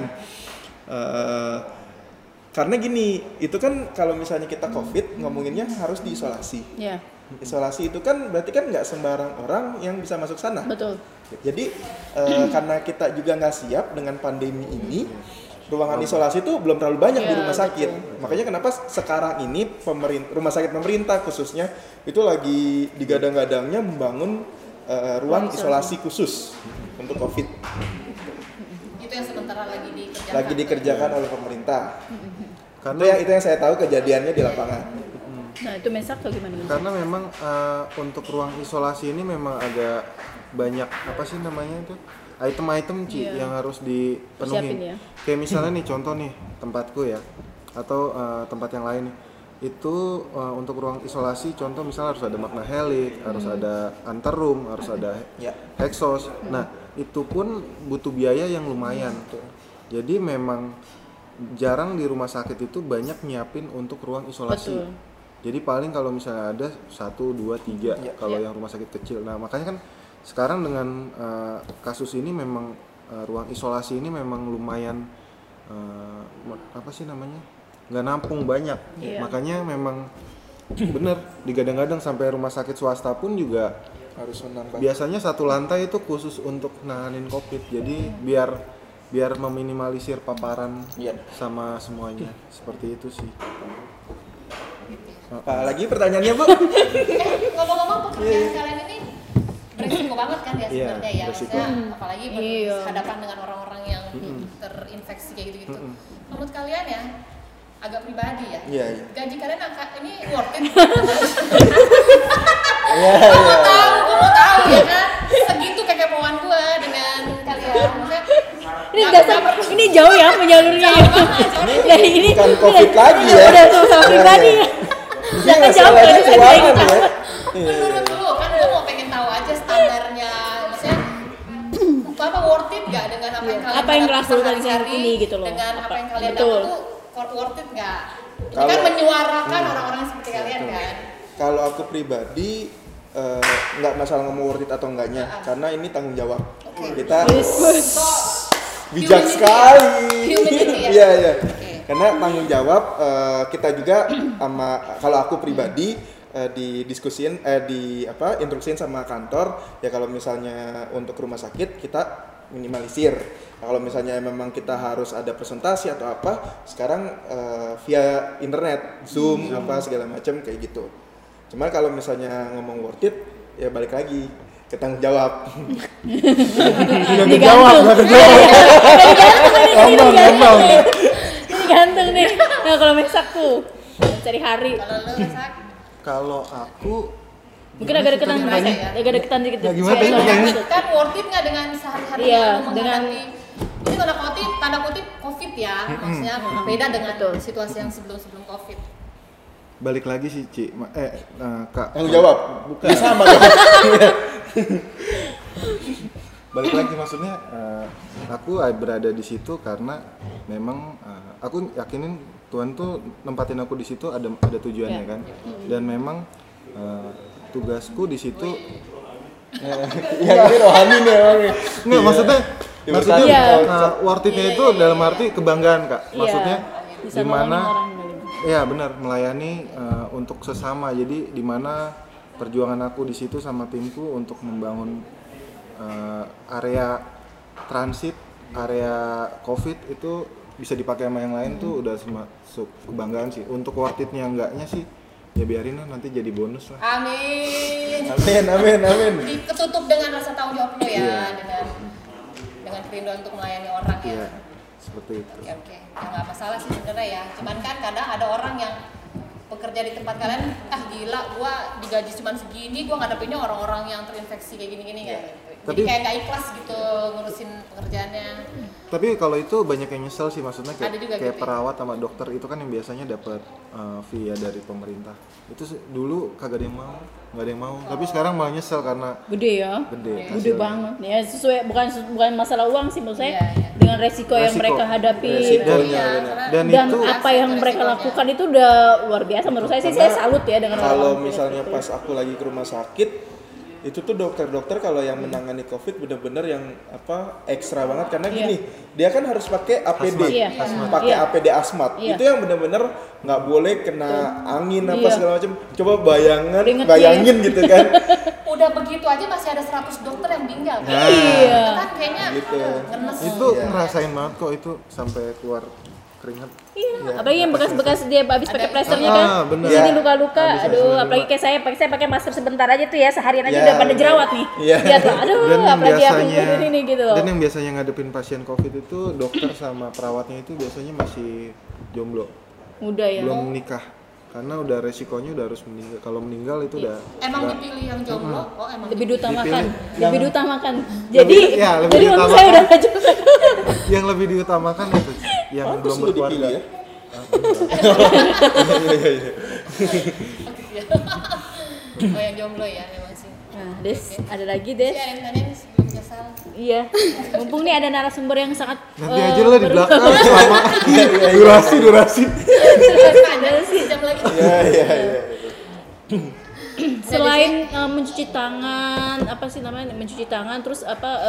Karena gini, itu kan kalau misalnya kita COVID ngomonginnya harus diisolasi. Iya. Isolasi itu kan berarti kan nggak sembarang orang yang bisa masuk sana. Betul. Jadi karena kita juga nggak siap dengan pandemi ini, ruangan isolasi itu belum terlalu banyak di Iya, rumah sakit. Makanya kenapa sekarang ini rumah sakit pemerintah khususnya itu lagi digadang-gadangnya membangun ruang isolasi khusus untuk COVID. Itu yang sementara lagi dikerjakan. Lagi dikerjakan oleh pemerintah. Karena Itu yang saya tahu kejadiannya di lapangan. Nah itu mesak atau gimana? karena memang untuk ruang isolasi ini memang agak banyak apa sih namanya itu item-item Iya. yang harus Siapin dipenuhi. ya. Kayak misalnya nih contoh nih tempatku ya atau tempat yang lain nih. Itu untuk ruang isolasi contoh misalnya harus ada makna helik, harus ada anterum, harus ada Ya. heksos. Nah, itu pun butuh biaya yang lumayan. Jadi memang jarang di rumah sakit itu banyak nyiapin untuk ruang isolasi. Betul. Jadi paling kalau misalnya ada 1, 2, 3 Ya. kalau yang rumah sakit kecil. Nah, makanya kan sekarang dengan kasus ini memang ruang isolasi ini memang lumayan apa sih namanya? Nggak nampung banyak. Iya. Makanya memang bener digadang-gadang sampai rumah sakit swasta pun juga Harus menambah. biasanya satu lantai itu khusus untuk nanganin COVID. Jadi biar meminimalisir paparan Iya. sama semuanya. Seperti itu sih. Apalagi pertanyaannya, Bu? Ngomong-ngomong pekerjaan kalian ini beresiko banget kan ya Iya, sebenarnya ya, beresiko. maksudnya apalagi Iya. berhadapan dengan orang-orang yang terinfeksi kayak gitu-gitu. Menurut kalian ya, agak pribadi ya, Iya, iya. gaji kalian ini worth it? Iya, Gue mau tahu ya kan, segitu kekepoan gue dengan kalian. Maksudnya, Ini dasar, ini jauh ya penyalurnya. Dari ini Bukan COVID lagi ya. Udah sama pribadi ya. Ini Jangan jauh masalahnya dari keuangan ya. menurut lu kan gue mau pengen tahu aja standarnya, maksudnya apa worth it gak dengan apa yang kalian Apa yang hadapi lakukan sehari-hari, saat ini gitu loh. dengan apa yang kalian Betul. dapat tuh worth it gak? Ini Kalau- kan menyuarakan orang-orang seperti kalian kan. Kalau aku pribadi nggak masalah ngomong worth it atau enggaknya, karena ini tanggung jawab. Kita So, bijak humanity sekali. Humanity ya? Iya, iya. Oke. Karena tanggung jawab kita juga sama, kalau aku pribadi didiskusin instruksiin sama kantor ya, kalau misalnya untuk rumah sakit kita minimalisir. Nah, kalau misalnya memang kita harus ada presentasi atau apa, sekarang via internet, Zoom apa segala macam kayak gitu. Cuman kalau misalnya ngomong worth it ya balik lagi ke tanggung jawab. Ini gantung nih. Nah kalau mesak tuh cari hari. Kalau lu Resak, Kalau aku Mungkin agak deketan Gimana mereka. ya? Agak deketan dikit. Ya, gimana Soalnya tadi? gitu. kan worth it nggak dengan sehari-hari Iya, lu dengan- menghadapi ini tanda kutip COVID ya, maksudnya beda dengan situasi yang sebelum COVID. balik lagi sih Ci, Kak. Tanggung jawab. Bukan. Ya sama. Balik lagi maksudnya aku berada di situ karena memang aku yakinin Tuhan tuh nempatin aku di situ ada tujuannya Ya. kan, dan memang tugasku di situ Ya ini rohani nih emang. nggak maksudnya Iya. worth it-nya itu dalam arti kebanggaan Kak, maksudnya Bisa dimana nolongin orang gitu. ya benar melayani untuk sesama, jadi dimana perjuangan aku di situ sama timku untuk membangun area transit, area COVID itu bisa dipakai sama yang lain tuh udah masuk kebanggaan sih. Untuk worth it-nya enggaknya sih ya biarin lah, nanti jadi bonus lah. Amin. Amin. Ditutup dengan rasa tanggung jawab lo ya, Iya. dengan kerinduan untuk melayani orang ya. Iya, seperti itu. Oke, ya nggak masalah sih sebenarnya ya. Cuman kan kadang ada orang yang pekerja di tempat kalian, gila, gua digaji cuma segini, gua ngadepinnya orang-orang yang terinfeksi kayak gini-gini kayak gitu. Jadi kayak nggak ikhlas gitu ngurusin pekerjaannya. Tapi kalau itu banyak yang nyesel sih, maksudnya Ada juga kayak gitu ya? perawat sama dokter itu kan yang biasanya dapat fee ya dari pemerintah. Itu dulu kagak ada yang mau, nggak ada yang mau. Tapi sekarang malah nyesel karena Gede ya. gede. Gede hasilnya. banget. Ya sesuai bukan masalah uang sih menurut saya. Iya, iya. Dengan resiko yang Resiko. mereka hadapi Resikonya, Iya, benar. karena Dan dan itu apa yang mereka resikonya. lakukan itu udah luar biasa menurut saya sih. Saya salut ya dengan Kalau orang-orang misalnya seperti pas aku lagi ke rumah sakit, itu tuh dokter-dokter kalau yang menangani COVID bener-bener yang ekstra banget karena gini, dia kan harus pakai APD, Hazmat. Iya. pakai Iya. APD asmat. Iya. Itu yang bener-bener nggak boleh kena angin apa Iya. segala macam. Coba Keringetnya. bayangin gitu kan. Udah begitu aja masih ada 100 dokter yang meninggal. Nah, Iya. Itu kan kayaknya Gitu. ngenes. itu Iya. ngerasain banget kok itu sampai keluar keringat. Iya, apalagi yang bekas-bekas dia habis pakai plasternya kan. bener. Di sini Iya. luka-luka. Habis Aduh, hasilnya apalagi kayak saya pakai masker sebentar aja tuh ya, seharian aja Iya, udah pada bener. jerawat nih. Iya. Lihat lah. Aduh, Dan yang apalagi aku biasanya ini gitu loh. dan yang biasanya ngadepin pasien COVID itu dokter sama perawatnya itu biasanya masih jomblo, Mudah ya. belum menikah. Karena udah resikonya udah harus meninggal. Kalau meninggal itu udah Emang nggak- dipilih yang jomblo? Oh, emang Lebih diutamakan. Dipilih Lebih yang- diutamakan. Jadi lebih jadi untuk diutamakan. saya udah maju. yang lebih diutamakan itu yang Pantes belum lu berkeluarga. dipilih ya. Oh, yang jomblo ya emang sih. Nah, Des, ada lagi Des. Ada yang tanya nih sebelum nyesal. Iya. Mumpung nih ada narasumber yang sangat Nanti aja lah di belakang selama durasi. Ada sih jam lagi. Iya. Selain mencuci tangan, apa sih namanya? Mencuci tangan terus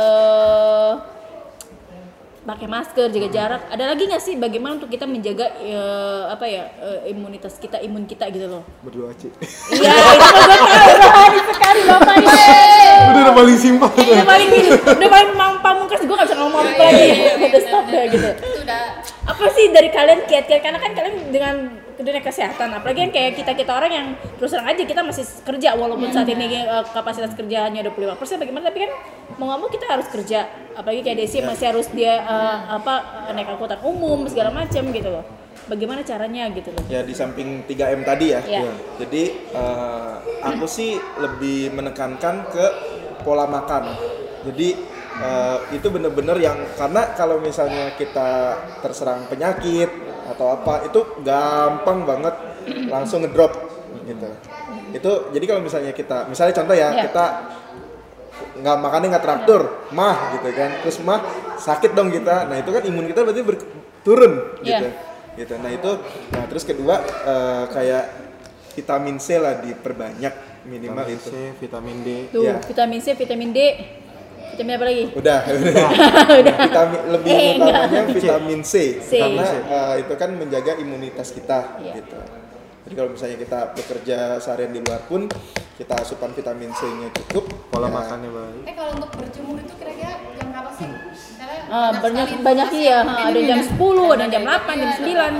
pakai masker, jaga jarak. Ada lagi nggak sih bagaimana untuk kita menjaga imunitas kita, imun kita gitu loh? Berdoa, Ci. Iya, itu kan gue tahu rohani sekali Bapak ini. Udah paling simpel. Udah paling pamungkas, gue nggak bisa ngomong apa lagi. Udah stop deh gitu. Itu udah Apa sih dari kalian kiat-kiat, karena kan kalian dengan dunia kesehatan, apalagi yang kayak kita orang yang terus terang aja kita masih kerja walaupun saat ini kapasitas kerjaannya 25%, bagaimana, tapi kan mau nggak mau kita harus kerja, apalagi kayak Desi masih harus dia naik angkutan umum segala macam gitu loh. Bagaimana caranya gitu loh? Ya di samping 3M tadi ya. Iya. Jadi aku sih lebih menekankan ke pola makan. Jadi itu bener-bener yang, karena kalau misalnya kita terserang penyakit atau apa itu gampang banget langsung ngedrop gitu. Itu jadi kalau misalnya contoh ya, Iya. kita makannya nggak teratur, mah gitu kan, terus mah sakit dong kita. Nah itu kan imun kita berarti turun gitu. Iya. Gitu. Nah terus kedua kayak vitamin C lah diperbanyak minimal Vitamin itu. C, vitamin D. Tuh, Iya. vitamin C, vitamin D, vitamin apa lagi? Udah. Vitamin lebih utamanya vitamin C, C. karena itu kan menjaga imunitas kita Iya. gitu. Jadi kalau misalnya kita bekerja seharian di luar pun kita asupan vitamin C-nya cukup, Pola ya, makannya baik. kalau untuk berjemur itu kira-kira jam berapa sih? Misalnya Banyak sekali iya, informasi. ada jam 10, ada jam 8, jam 9.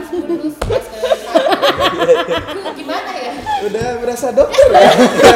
Gimana ya? udah berasa dokter ya.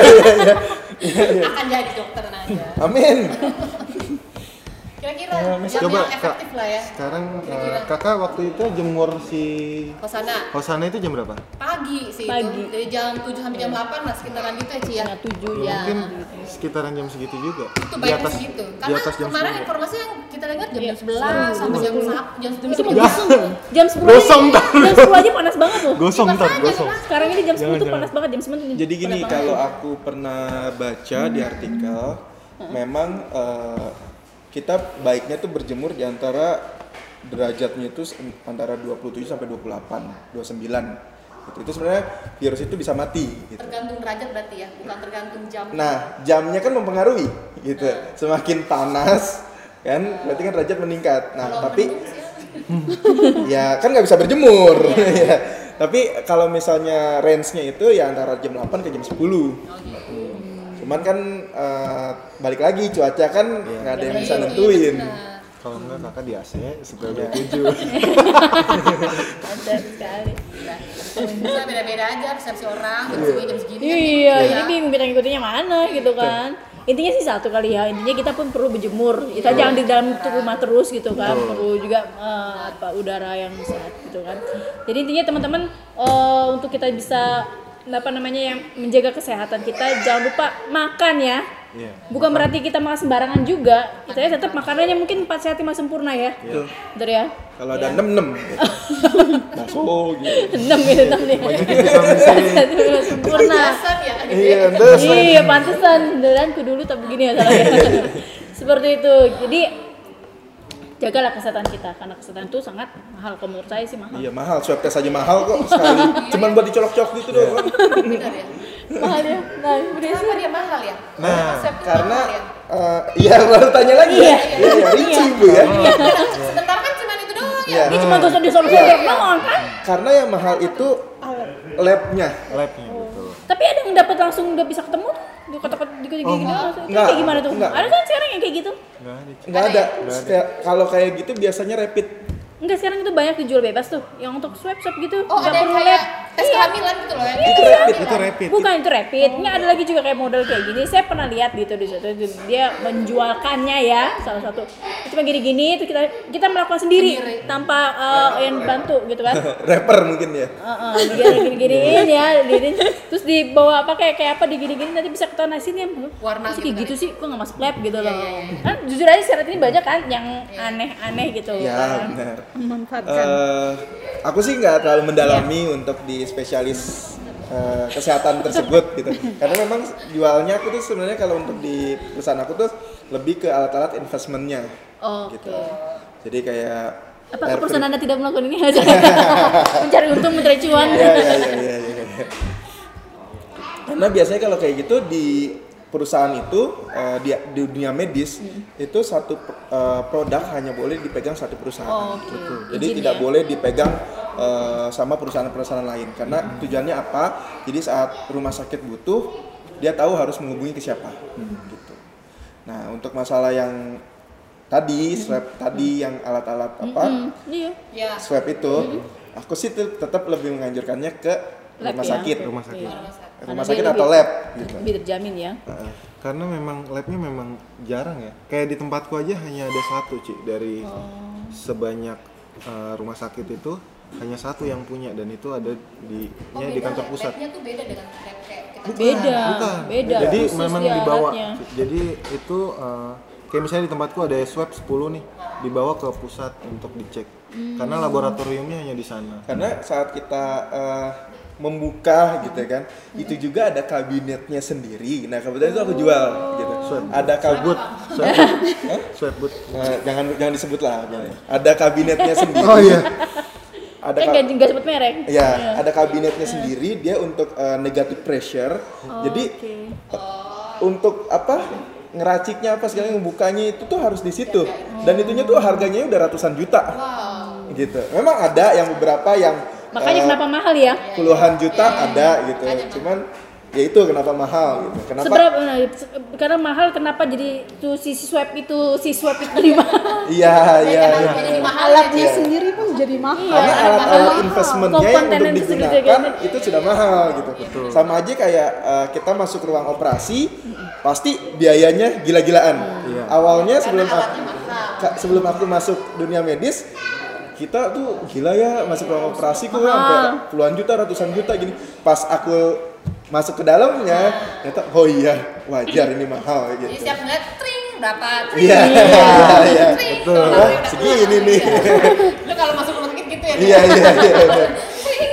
Akan jadi dokter aja. Amin. Kira-kira jam Coba, yang efektif lah ya. Sekarang Kira-kira. kakak waktu itu jemur si Hosana Hosana itu jam berapa? pagi sih Pagi. itu dari jam 7 sampai jam 8 lah sekitaran gitu ya Ci ya. Setengah 7 Ya. ya. Mungkin sekitaran jam segitu juga. Itu Di baik atas segitu. di Karena atas jam kemarin 10. informasi yang kita dengar jam Iya. 11 sampai jam 10 Itu mau jam 10. gosong. Jam 10 Gosong, aja, jam 10 aja panas banget loh. Gosong ntar, gosong. Sekarang ini jam 10 tuh Jangan. panas banget, jam 9 tuh Jadi gini, panas banget. kalau aku pernah baca di artikel, memang kita baiknya tuh berjemur di antara derajatnya itu antara 27 sampai 28, 29. Itu sebenarnya virus itu bisa mati gitu. Tergantung derajat berarti ya, bukan tergantung jam. Nah, jamnya kan mempengaruhi gitu. Semakin panas kan berarti kan derajat meningkat. Nah, Kalau tapi mendung sih, ya kan nggak bisa berjemur. Ya. Tapi kalau misalnya range-nya itu ya antara jam 8 ke jam 10. Cuman kan balik lagi cuaca kan nggak ada yang bisa nentuin. Kalau enggak kakak di AC supaya 27. ada sekali. bisa beda-beda aja persepsi orang jam segini jam segini. Iya, kan gitu. ini bintang ikutinya mana gitu kan. Intinya sih satu kali ya, intinya kita pun perlu berjemur. Kita jangan di dalam rumah terus gitu kan. Perlu juga udara yang sehat gitu kan. Jadi intinya teman-teman untuk kita bisa yang menjaga kesehatan kita, jangan lupa makan ya. Bukan berarti kita makan sembarangan juga. Kita tetap makanannya mungkin 4 sehat 5 sempurna ya. Betul ya. Kalau ada 6 bakso gitu. 6 gitu 6 nih. Sempurna. Iya, pantesan. Beneran dulu tak begini ya salahnya. Seperti itu. Jadi jagalah kesehatan kita karena kesehatan itu sangat mahal. Kalau menurut saya sih mahal. Iya, mahal. Swab test aja mahal kok sekali. Cuman buat dicolok-colok gitu doang. Benar ya? Mahal ya. Nah, Kenapa dia mahal ya? Nah, Swab itu karena mahal ya? iya baru tanya lagi ya. Iya, rinci Bu ya. Sebentar kan cuma itu doang ya. Iya. ini cuma gosok doang kan. Karena yang mahal itu labnya. Betul. Tapi ada yang dapat langsung udah bisa ketemu tuh. Di kota-kota gitu. Enggak, Kayak gimana tuh? enggak. Ada kan sekarang yang kayak gitu? Nggak ada. Kalau kayak gitu biasanya rapid. Enggak, sekarang itu banyak dijual bebas tuh. Yang untuk swab gitu. Oh, Nggak ada yang perlu kayak lab. tes kehamilan gitu loh ya. Itu rapid. Bukan itu rapid. Ini ada lagi juga kayak model kayak gini. Saya pernah lihat gitu di situ. Dia menjualkannya ya, salah satu. Cuma gini-gini itu kita melakukan sendiri tanpa yang bantu gitu kan. Rapper mungkin ya. Gini-giniin ya, gini. Terus dibawa apa kayak apa digini-gini nanti bisa ketahuan hasilnya. Warna Masih gitu kayak kan gitu sih, kok nggak masuk lab gitu loh. Iya. Kan jujur aja sekarang ini banyak kan yang aneh-aneh gitu. Ya, kan. benar. Memanfaatkan. Aku sih nggak terlalu mendalami untuk di spesialis kesehatan tersebut gitu. Karena memang jualnya aku tuh sebenarnya kalau untuk di perusahaan aku tuh lebih ke alat-alat investmentnya. Oke. Gitu. Jadi kayak Apakah perusahaan Anda tidak melakukan ini aja? Mencari untung, mencari cuan. Iya. Karena biasanya kalau kayak gitu di perusahaan itu di dunia medis itu satu produk hanya boleh dipegang satu perusahaan. Oke. Jadi Izin tidak ya? boleh dipegang sama perusahaan-perusahaan lain. Karena tujuannya apa? Jadi saat rumah sakit butuh, dia tahu harus menghubungi ke siapa. Gitu. Nah, untuk masalah yang tadi swab tadi yang alat-alat Iya. Ya. swab itu, aku sih tetap lebih menganjurkannya ke Lab rumah ya? sakit. Rumah sakit. Rumah sakit atau lab gitu. Lebih terjamin ya. Karena memang labnya memang jarang ya. Kayak di tempatku aja hanya ada satu dari sebanyak rumah sakit itu hanya satu yang punya dan itu ada di kantor pusat. Labnya tuh beda dengan lab kayak kita. Beda. Jadi Khusus memang dia dibawa. alatnya. Jadi itu kayak misalnya di tempatku ada swab 10 nih, dibawa ke pusat untuk dicek. Karena laboratoriumnya hanya di sana. Karena saat kita membuka gitu kan, itu juga ada kabinetnya sendiri. Nah kebetulan itu aku jual gitu. Ada kabut, Swab booth. jangan disebut lah. Ada kabinetnya sendiri. Oh iya. Ada Nggak sebut merek. ya, ada kabinetnya sendiri. Dia untuk negative pressure. Jadi untuk apa? Ngeraciknya apa segala ngebukanya itu tuh harus di situ. Dan itunya tuh harganya udah ratusan juta. Gitu. Memang ada yang beberapa yang Makanya kenapa mahal ya? puluhan juta ada gitu. Cuman ya itu kenapa mahal gitu. Kenapa? Karena mahal kenapa jadi tuh si swab itu lebih mahal? Iya. Jadi mahal Alatnya aja. sendiri pun jadi mahal. Karena alat-alat investmentnya yang Komponen untuk segitu digunakan kan. itu sudah mahal gitu. Sama aja kayak kita masuk ruang operasi, pasti biayanya gila-gilaan. Awalnya sebelum aku masuk dunia medis, kita tuh gila ya masuk ruang operasi kok sampai puluhan juta, ratusan juta gini. Pas aku masuk ke dalamnya, ternyata oh iya wajar ini mahal Jadi gitu. setiap ngeliat tring berapa tring. Iya. Tring. Betul. Wah, segini nih. Lu kalau masuk rumah sakit gitu ya. Iya. Tring.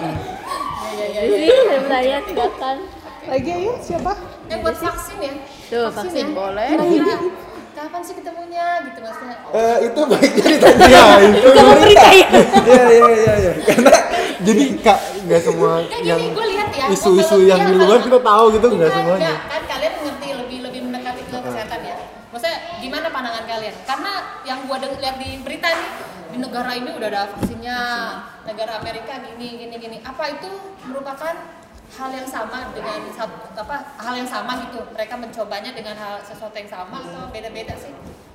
Jadi saya silakan. Lagi ayo siapa? Buat vaksin ya. Tuh vaksin boleh. Kira-kira kapan sih ketemunya gitu maksudnya. Itu baiknya ditanya. Ya, itu Pemerintah ya. Iya. Karena jadi Kak, nggak semua Kayak yang gini gue lihat ya. isu-isu yang di luar kita tahu gitu, nggak semuanya. Kan kalian ngerti lebih mendekati ke kesehatan ya. Maksudnya gimana pandangan kalian? Karena yang gue lihat di berita nih di negara ini udah ada vaksinnya, negara Amerika gini. Apa itu merupakan hal yang sama dengan hal yang sama gitu? Mereka mencobanya dengan sesuatu yang sama atau beda-beda sih?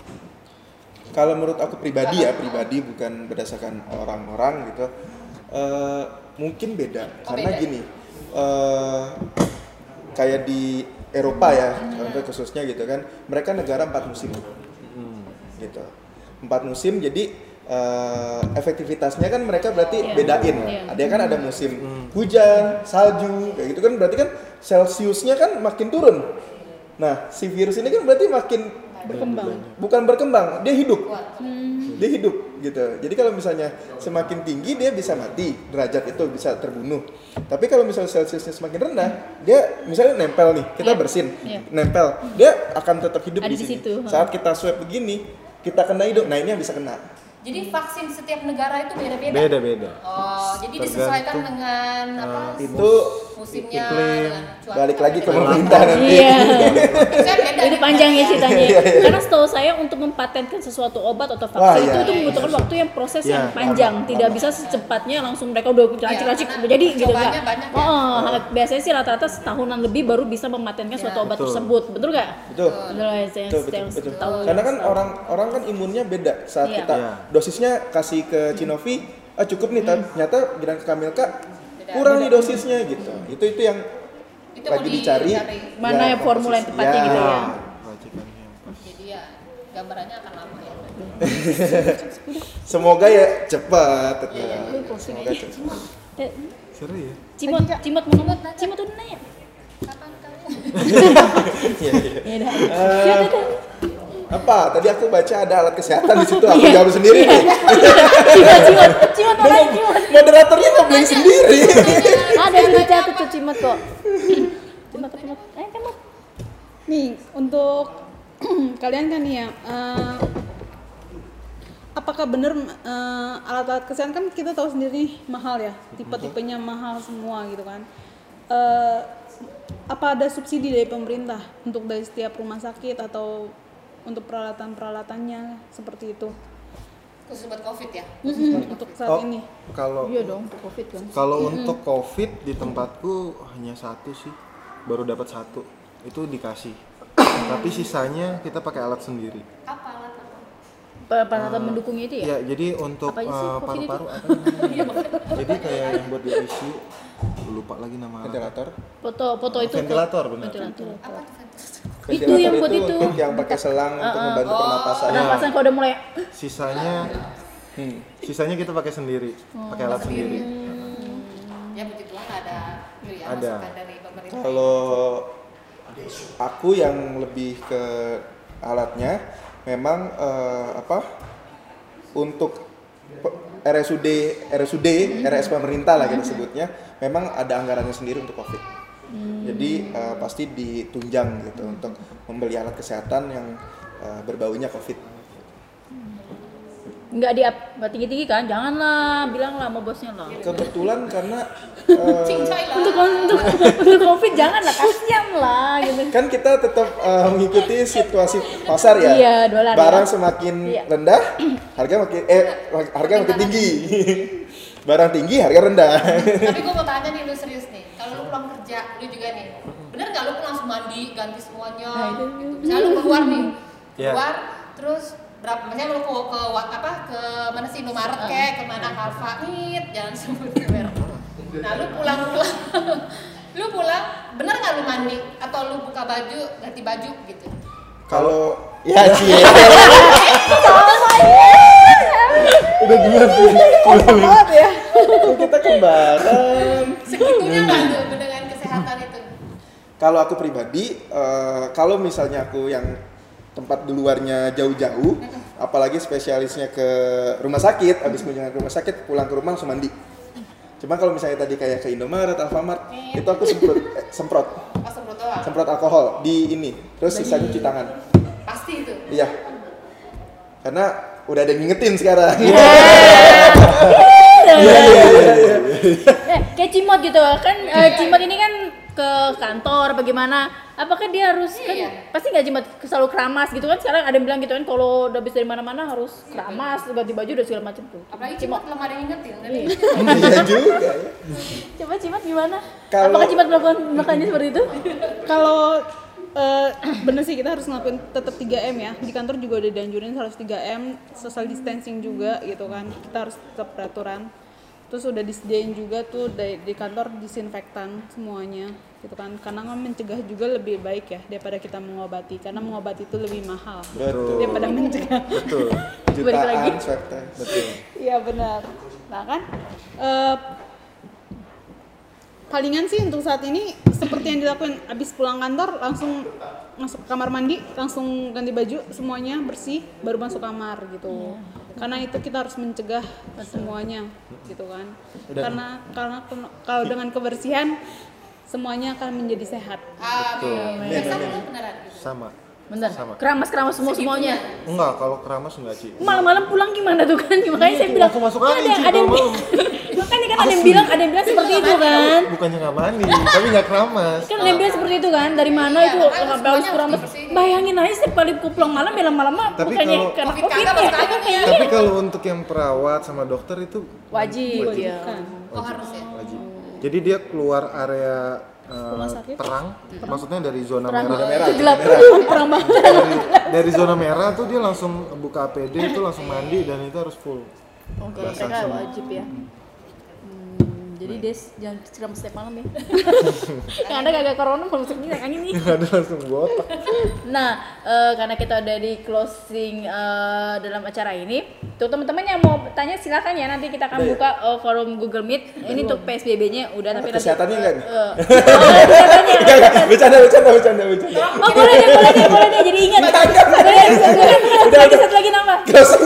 kalau menurut aku pribadi bukan berdasarkan orang-orang gitu, mungkin beda. Karena beda. gini, kayak di Eropa ya, contoh khususnya gitu kan, mereka negara 4 musim gitu, 4 musim, jadi efektivitasnya kan mereka berarti bedain, ada kan ada musim hujan, salju, kayak gitu kan, berarti kan Celsiusnya kan makin turun. Nah si virus ini kan berarti makin bukan berkembang, dia hidup. Dia hidup gitu. Jadi kalau misalnya semakin tinggi dia bisa mati, derajat itu bisa terbunuh. Tapi kalau misalnya Celsiusnya semakin rendah, dia misalnya nempel nih, kita bersin, nempel, dia akan tetap hidup di sini. Saat kita swab begini, kita kena hidup, nah ini yang bisa kena. Jadi vaksin setiap negara itu beda-beda. Beda-beda. Oh, jadi disesuaikan dengan apa? Itu musimnya, iklim, dengan cuaca. balik lagi ke pemerintah nanti. Iya. Saya beda Itu nih, panjang ya Mas. ceritanya. Karena setahu saya untuk mempatenkan sesuatu obat atau vaksin itu membutuhkan waktu yang proses yang panjang. Tidak bisa secepatnya langsung mereka udah racik-racik jadi gitu cobanya enggak. banyak ya. Biasanya sih rata-rata setahunan lebih baru bisa mematenkan suatu obat tersebut. Betul enggak? Betul. Betul. Karena kan orang kan imunnya beda saat kita dosisnya kasih ke Cinovi, cukup nih, ternyata bilang ke Kamilka kurang nih dosisnya gitu. Itu yang Itu lagi mau dicari mana formula yang tepatnya gitu ya. Jadi ya gambarannya akan lama ya. Semoga ya cepat. Semoga cepat. Seru ya. Cimot udah nanya. Kapan kamu? Ya udah. Apa? Tadi aku baca ada alat kesehatan di situ, aku jawab sendiri nih. Cimot mana Cimot? Moderatornya ngeblank sendiri. Ada di catat tuh Cimot kok. Cimot. Cimot. Nih untuk kalian kan nih ya, apakah benar alat-alat kesehatan kan kita tahu sendiri mahal ya, tipe-tipenya mahal semua gitu kan. Apa ada subsidi dari pemerintah untuk dari setiap rumah sakit atau untuk peralatan-peralatannya seperti itu? Khusus buat COVID ya. Untuk saat ini. Kalau Iya dong untuk COVID kan. Kalau untuk COVID di tempatku hanya satu sih, baru dapat satu, itu dikasih. Tapi sisanya kita pakai alat sendiri. Apa alat apa? Peralatan mendukungnya itu ya? Ya, jadi untuk Apa aja sih COVID paru-paru apa namanya? Jadi kayak yang buat di ICU, lupa lagi nama alat. ventilator. Foto itu. Ventilator, benar. Ventilator. Apa tuh ventilator? Itu yang buat itu. Untuk yang pakai selang untuk membantu pernapasan. Pernapasan kalau udah mulai Sisanya kita pakai sendiri, pakai alat sendiri. Ya begitulah ada ya, Ada. masukan dari pemerintah. Kalau aku yang lebih ke alatnya, memang untuk RSUD, RS pemerintah lah kita sebutnya, memang ada anggarannya sendiri untuk COVID. Jadi pasti ditunjang gitu untuk membeli alat kesehatan yang berbaunya COVID. nggak tinggi-tinggi kan? Janganlah, bilanglah sama bosnya lah. Kebetulan karena Cincai lah. Untuk COVID janganlah, kasihan lah gitu. kan kita tetap mengikuti situasi pasar ya. Iya, dolar Barang ya. semakin rendah, harga makin tinggi. Barang tinggi, harga rendah. Tapi gue mau tanya nih, lu serius nih, kalau lu pulang kerja, lu juga nih, bener nggak lu langsung mandi, ganti semuanya, gitu. Misalnya lu keluar nih, terus berapa, misalnya lu ke mana sih, Indomaret kek, kemana, Alfa, jangan sebut merek. Nah lu pulang, bener nggak lu mandi, atau lu buka baju, ganti baju gitu? Kalau ya sih. Udah gimana sih? ya. Kita kembaran. Segitunya nggak tuh dengan kesehatan itu? Kalau aku pribadi, kalau misalnya aku yang tempat di luarnya jauh-jauh, apalagi spesialisnya ke rumah sakit, habis kunjungan ke rumah sakit, pulang ke rumah langsung mandi. Cuma kalau misalnya tadi kayak ke Indomaret, Alfamart, itu aku semprot doang? semprot alkohol di ini, terus sisanya cuci tangan. Pasti itu? Iya, karena udah ada yang ngingetin sekarang. Kayak Cimot gitu kan, Cimot ini kan ke kantor bagaimana, apakah dia harus kan pasti nggak Cimot selalu keramas gitu kan, sekarang ada yang bilang gitu kan kalau udah habis dari mana-mana harus keramas, ganti baju dan segala macam tuh. Apalagi Cimot belum ada yang ngingetin kan? Iya juga ya. Coba Cimot gimana? Kalau- Apakah Cimot melakukannya seperti itu? Kalau bener sih kita harus ngelakuin tetap 3M ya. Di kantor juga udah dianjurin harus 3M, social distancing juga gitu kan. Kita harus tetap peraturan. Terus udah disediain juga tuh di kantor disinfektan semuanya. gitu kan, karena kan mencegah juga lebih baik ya daripada kita mengobati, karena mengobati itu lebih mahal Betul. daripada mencegah. Betul. Balik lagi. Jutaan swab test. Betul. Iya benar. Nah kan palingan sih untuk saat ini seperti yang dilakukan, abis pulang kantor langsung masuk kamar mandi, langsung ganti baju semuanya bersih, baru masuk kamar gitu. Karena itu kita harus mencegah semuanya gitu kan. Karena kalau dengan kebersihan semuanya akan menjadi sehat. Biasa itu beneran. Sama. Bener. Sama. Keramas semuanya. Enggak, kalau keramas enggak sih. Malam-malam pulang gimana tuh kan? Makanya saya bilang. Langsung masuk kan angin sih ada yang kalau malam. makanya kan ada yang bilang seperti itu kan. Bukannya nggak mandi, tapi nggak keramas. Kan ada yang bilang seperti itu kan. Dari mana Iya, itu makanya harus semuanya keramas. harus dibersihin. Bayangin aja setiap kali ku pulang malam ya lama-lama Tapi bukannya kalau- karena Covid Covid kagak ya. masuk angin ya. Tapi kalau untuk yang perawat sama dokter itu Wajib ya. Oh harus ya. wajib. Jadi dia keluar area Rumah sakit? terang, maksudnya dari zona Terang. merah. Itu gelap perang banget. Dari zona merah tuh dia langsung buka APD itu langsung mandi dan itu harus full. Oke, Basah mereka semua. wajib ya. Jadi Des jangan siram setiap malam ya. Yang ada kagak corona mau masuk minyak angin nih. Ada langsung botak. Nah, karena kita udah di closing dalam acara ini, tuh teman-teman yang mau tanya silakan ya, nanti kita akan buka forum Google Meet. Ini untuk PSBB-nya udah, tapi nanti Kesehatannya kan? oh, kesehatannya. Bercanda. Oh, boleh deh, jadi ingat. Boleh, satu lagi nambah. Closing.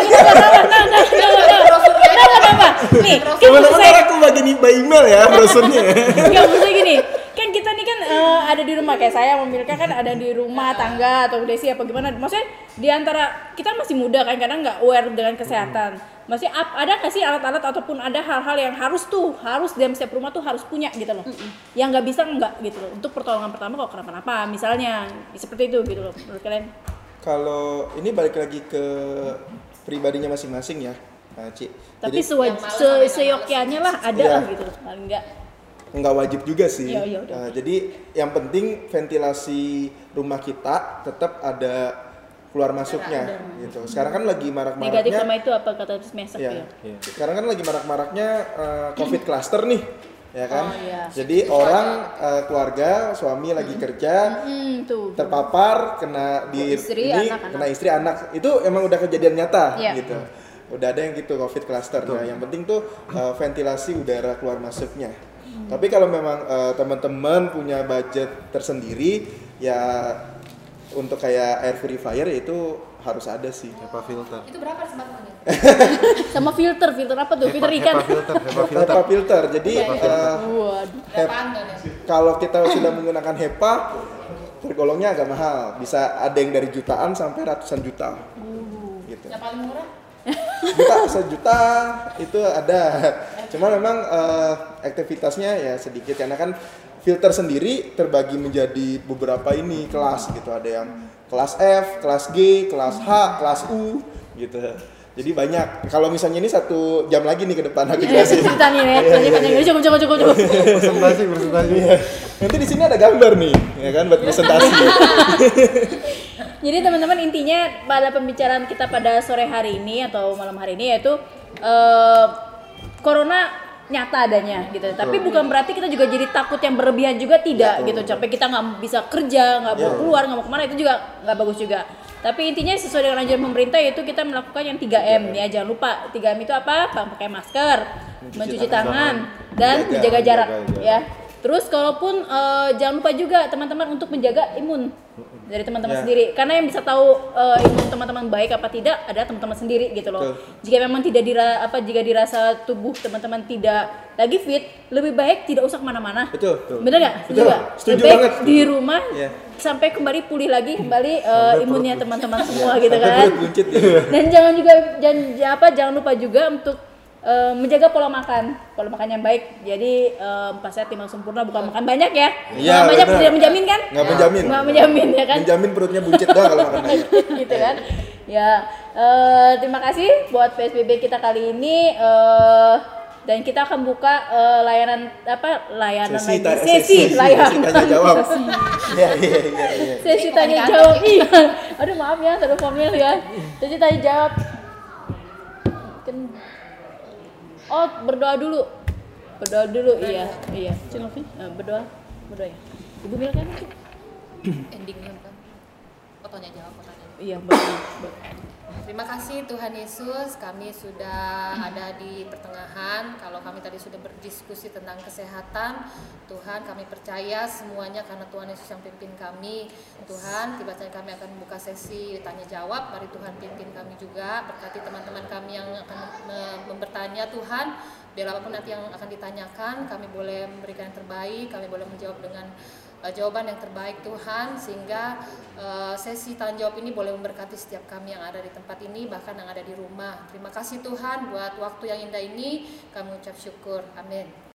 Nambah. Nih, kan Teman-teman saya aku bagi nih by email ya brosurnya. nggak bisa gini, kan kita nih kan ada di rumah, kayak saya memiliki kan ada di rumah tangga atau Desi apa gimana, maksudnya di antara kita masih muda kan, kadang nggak aware dengan kesehatan. Masih ada nggak sih alat-alat ataupun ada hal-hal yang harus dalam setiap rumah tuh harus punya gitu loh, yang nggak bisa nggak gitu loh, untuk pertolongan pertama kalau kenapa-napa misalnya seperti itu gitu loh menurut kalian. Kalau ini balik lagi ke pribadinya masing-masing ya, Ci. Tapi Jadi seyokiannya lah ada Iya. lah gitu loh, paling nggak. nggak wajib juga sih. Iya, udah. Jadi yang penting ventilasi rumah kita tetap ada keluar masuknya gitu. Sekarang kan lagi Negatif marak-maraknya. sama itu apa kata mesek Ya. ya. Sekarang kan lagi marak-maraknya COVID cluster nih, ya kan? Oh, iya. Jadi orang keluarga suami lagi kerja Tuh. terpapar kena di Istri, ini anak-anak. kena istri anak itu emang udah kejadian nyata Iya. gitu. Udah ada yang gitu COVID cluster. Nah, yang penting tuh ventilasi udara keluar masuknya. Tapi kalau memang teman-teman punya budget tersendiri ya untuk kayak air purifier itu harus ada sih. HEPA filter. Itu berapa smartphone-nya? Sama filter apa tuh? Filter ikan. HEPA filter. Jadi Waduh. Berapaan tuh ya? kalau kita sudah menggunakan HEPA tergolongnya agak mahal. Bisa ada yang dari jutaan sampai ratusan juta. Gitu. Yang paling murah? Sejuta itu ada. Cuma memang aktivitasnya ya sedikit karena kan filter sendiri terbagi menjadi beberapa ini kelas gitu. Ada yang kelas F, kelas G, kelas H, kelas U gitu. Jadi banyak. Kalau misalnya ini 1 jam lagi nih ke depan aku jelasin. Cerita nih ya. Cukup. Presentasi. Nanti di sini ada gambar nih, ya kan buat presentasi. Jadi teman-teman, intinya pada pembicaraan kita pada sore hari ini atau malam hari ini yaitu corona nyata adanya gitu. Tapi bukan berarti kita juga jadi takut yang berlebihan juga, tidak gitu. Sampai kita nggak bisa kerja, nggak mau keluar, nggak mau kemana, itu juga nggak bagus juga. Tapi intinya sesuai dengan anjuran pemerintah yaitu kita melakukan yang 3M ya. Jangan lupa 3M itu apa? Pakai masker, mencuci tangan, dan menjaga jarak ya. Terus kalaupun jangan lupa juga teman-teman untuk menjaga imun dari teman-teman sendiri, karena yang bisa tahu imun teman-teman baik apa tidak adalah teman-teman sendiri gitu loh. Jika memang jika dirasa tubuh teman-teman tidak lagi fit, lebih baik tidak usah kemana-mana. Betul. Bener nggak? Betul. Juga. Setuju Lebih baik banget. di rumah Iya. sampai kembali pulih lagi imunnya teman-teman semua gitu Sampai kan. perut buncit gitu. Dan jangan lupa juga untuk menjaga pola makan yang baik. Jadi 4 sehat 5 sempurna, bukan makan banyak ya. Iya, Makan banyak benar. tidak menjamin kan? Nggak menjamin. Nggak menjamin ya kan? Menjamin perutnya buncit doang kalau makan banyak. Gitu kan. Ya, terima kasih buat PSBB kita kali ini. Dan kita akan buka Sesi tanya jawab. Iya. Sesi tanya jawab. Iya. Aduh maaf ya, terlalu formal ya. Sesi tanya jawab. Berdoa dulu. Iya. Berdoa. berdoa ya. Ibu Milka itu. Endingnya kan. Fotonya jawab fotonya. Iya, betul. Terima kasih Tuhan Yesus, kami sudah ada di pertengahan. Kalau kami tadi sudah berdiskusi tentang kesehatan, Tuhan kami percaya semuanya karena Tuhan Yesus yang pimpin kami. Tuhan, tiba-tiba kami akan membuka sesi tanya jawab. Mari Tuhan pimpin kami juga, berkati teman-teman kami yang akan bertanya Tuhan. Biar apapun nanti yang akan ditanyakan, kami boleh memberikan yang terbaik, kami boleh menjawab dengan jawaban yang terbaik Tuhan, sehingga sesi tanya jawab ini boleh memberkati setiap kami yang ada di tempat ini, bahkan yang ada di rumah. Terima kasih Tuhan buat waktu yang indah ini, kami ucap syukur, amin.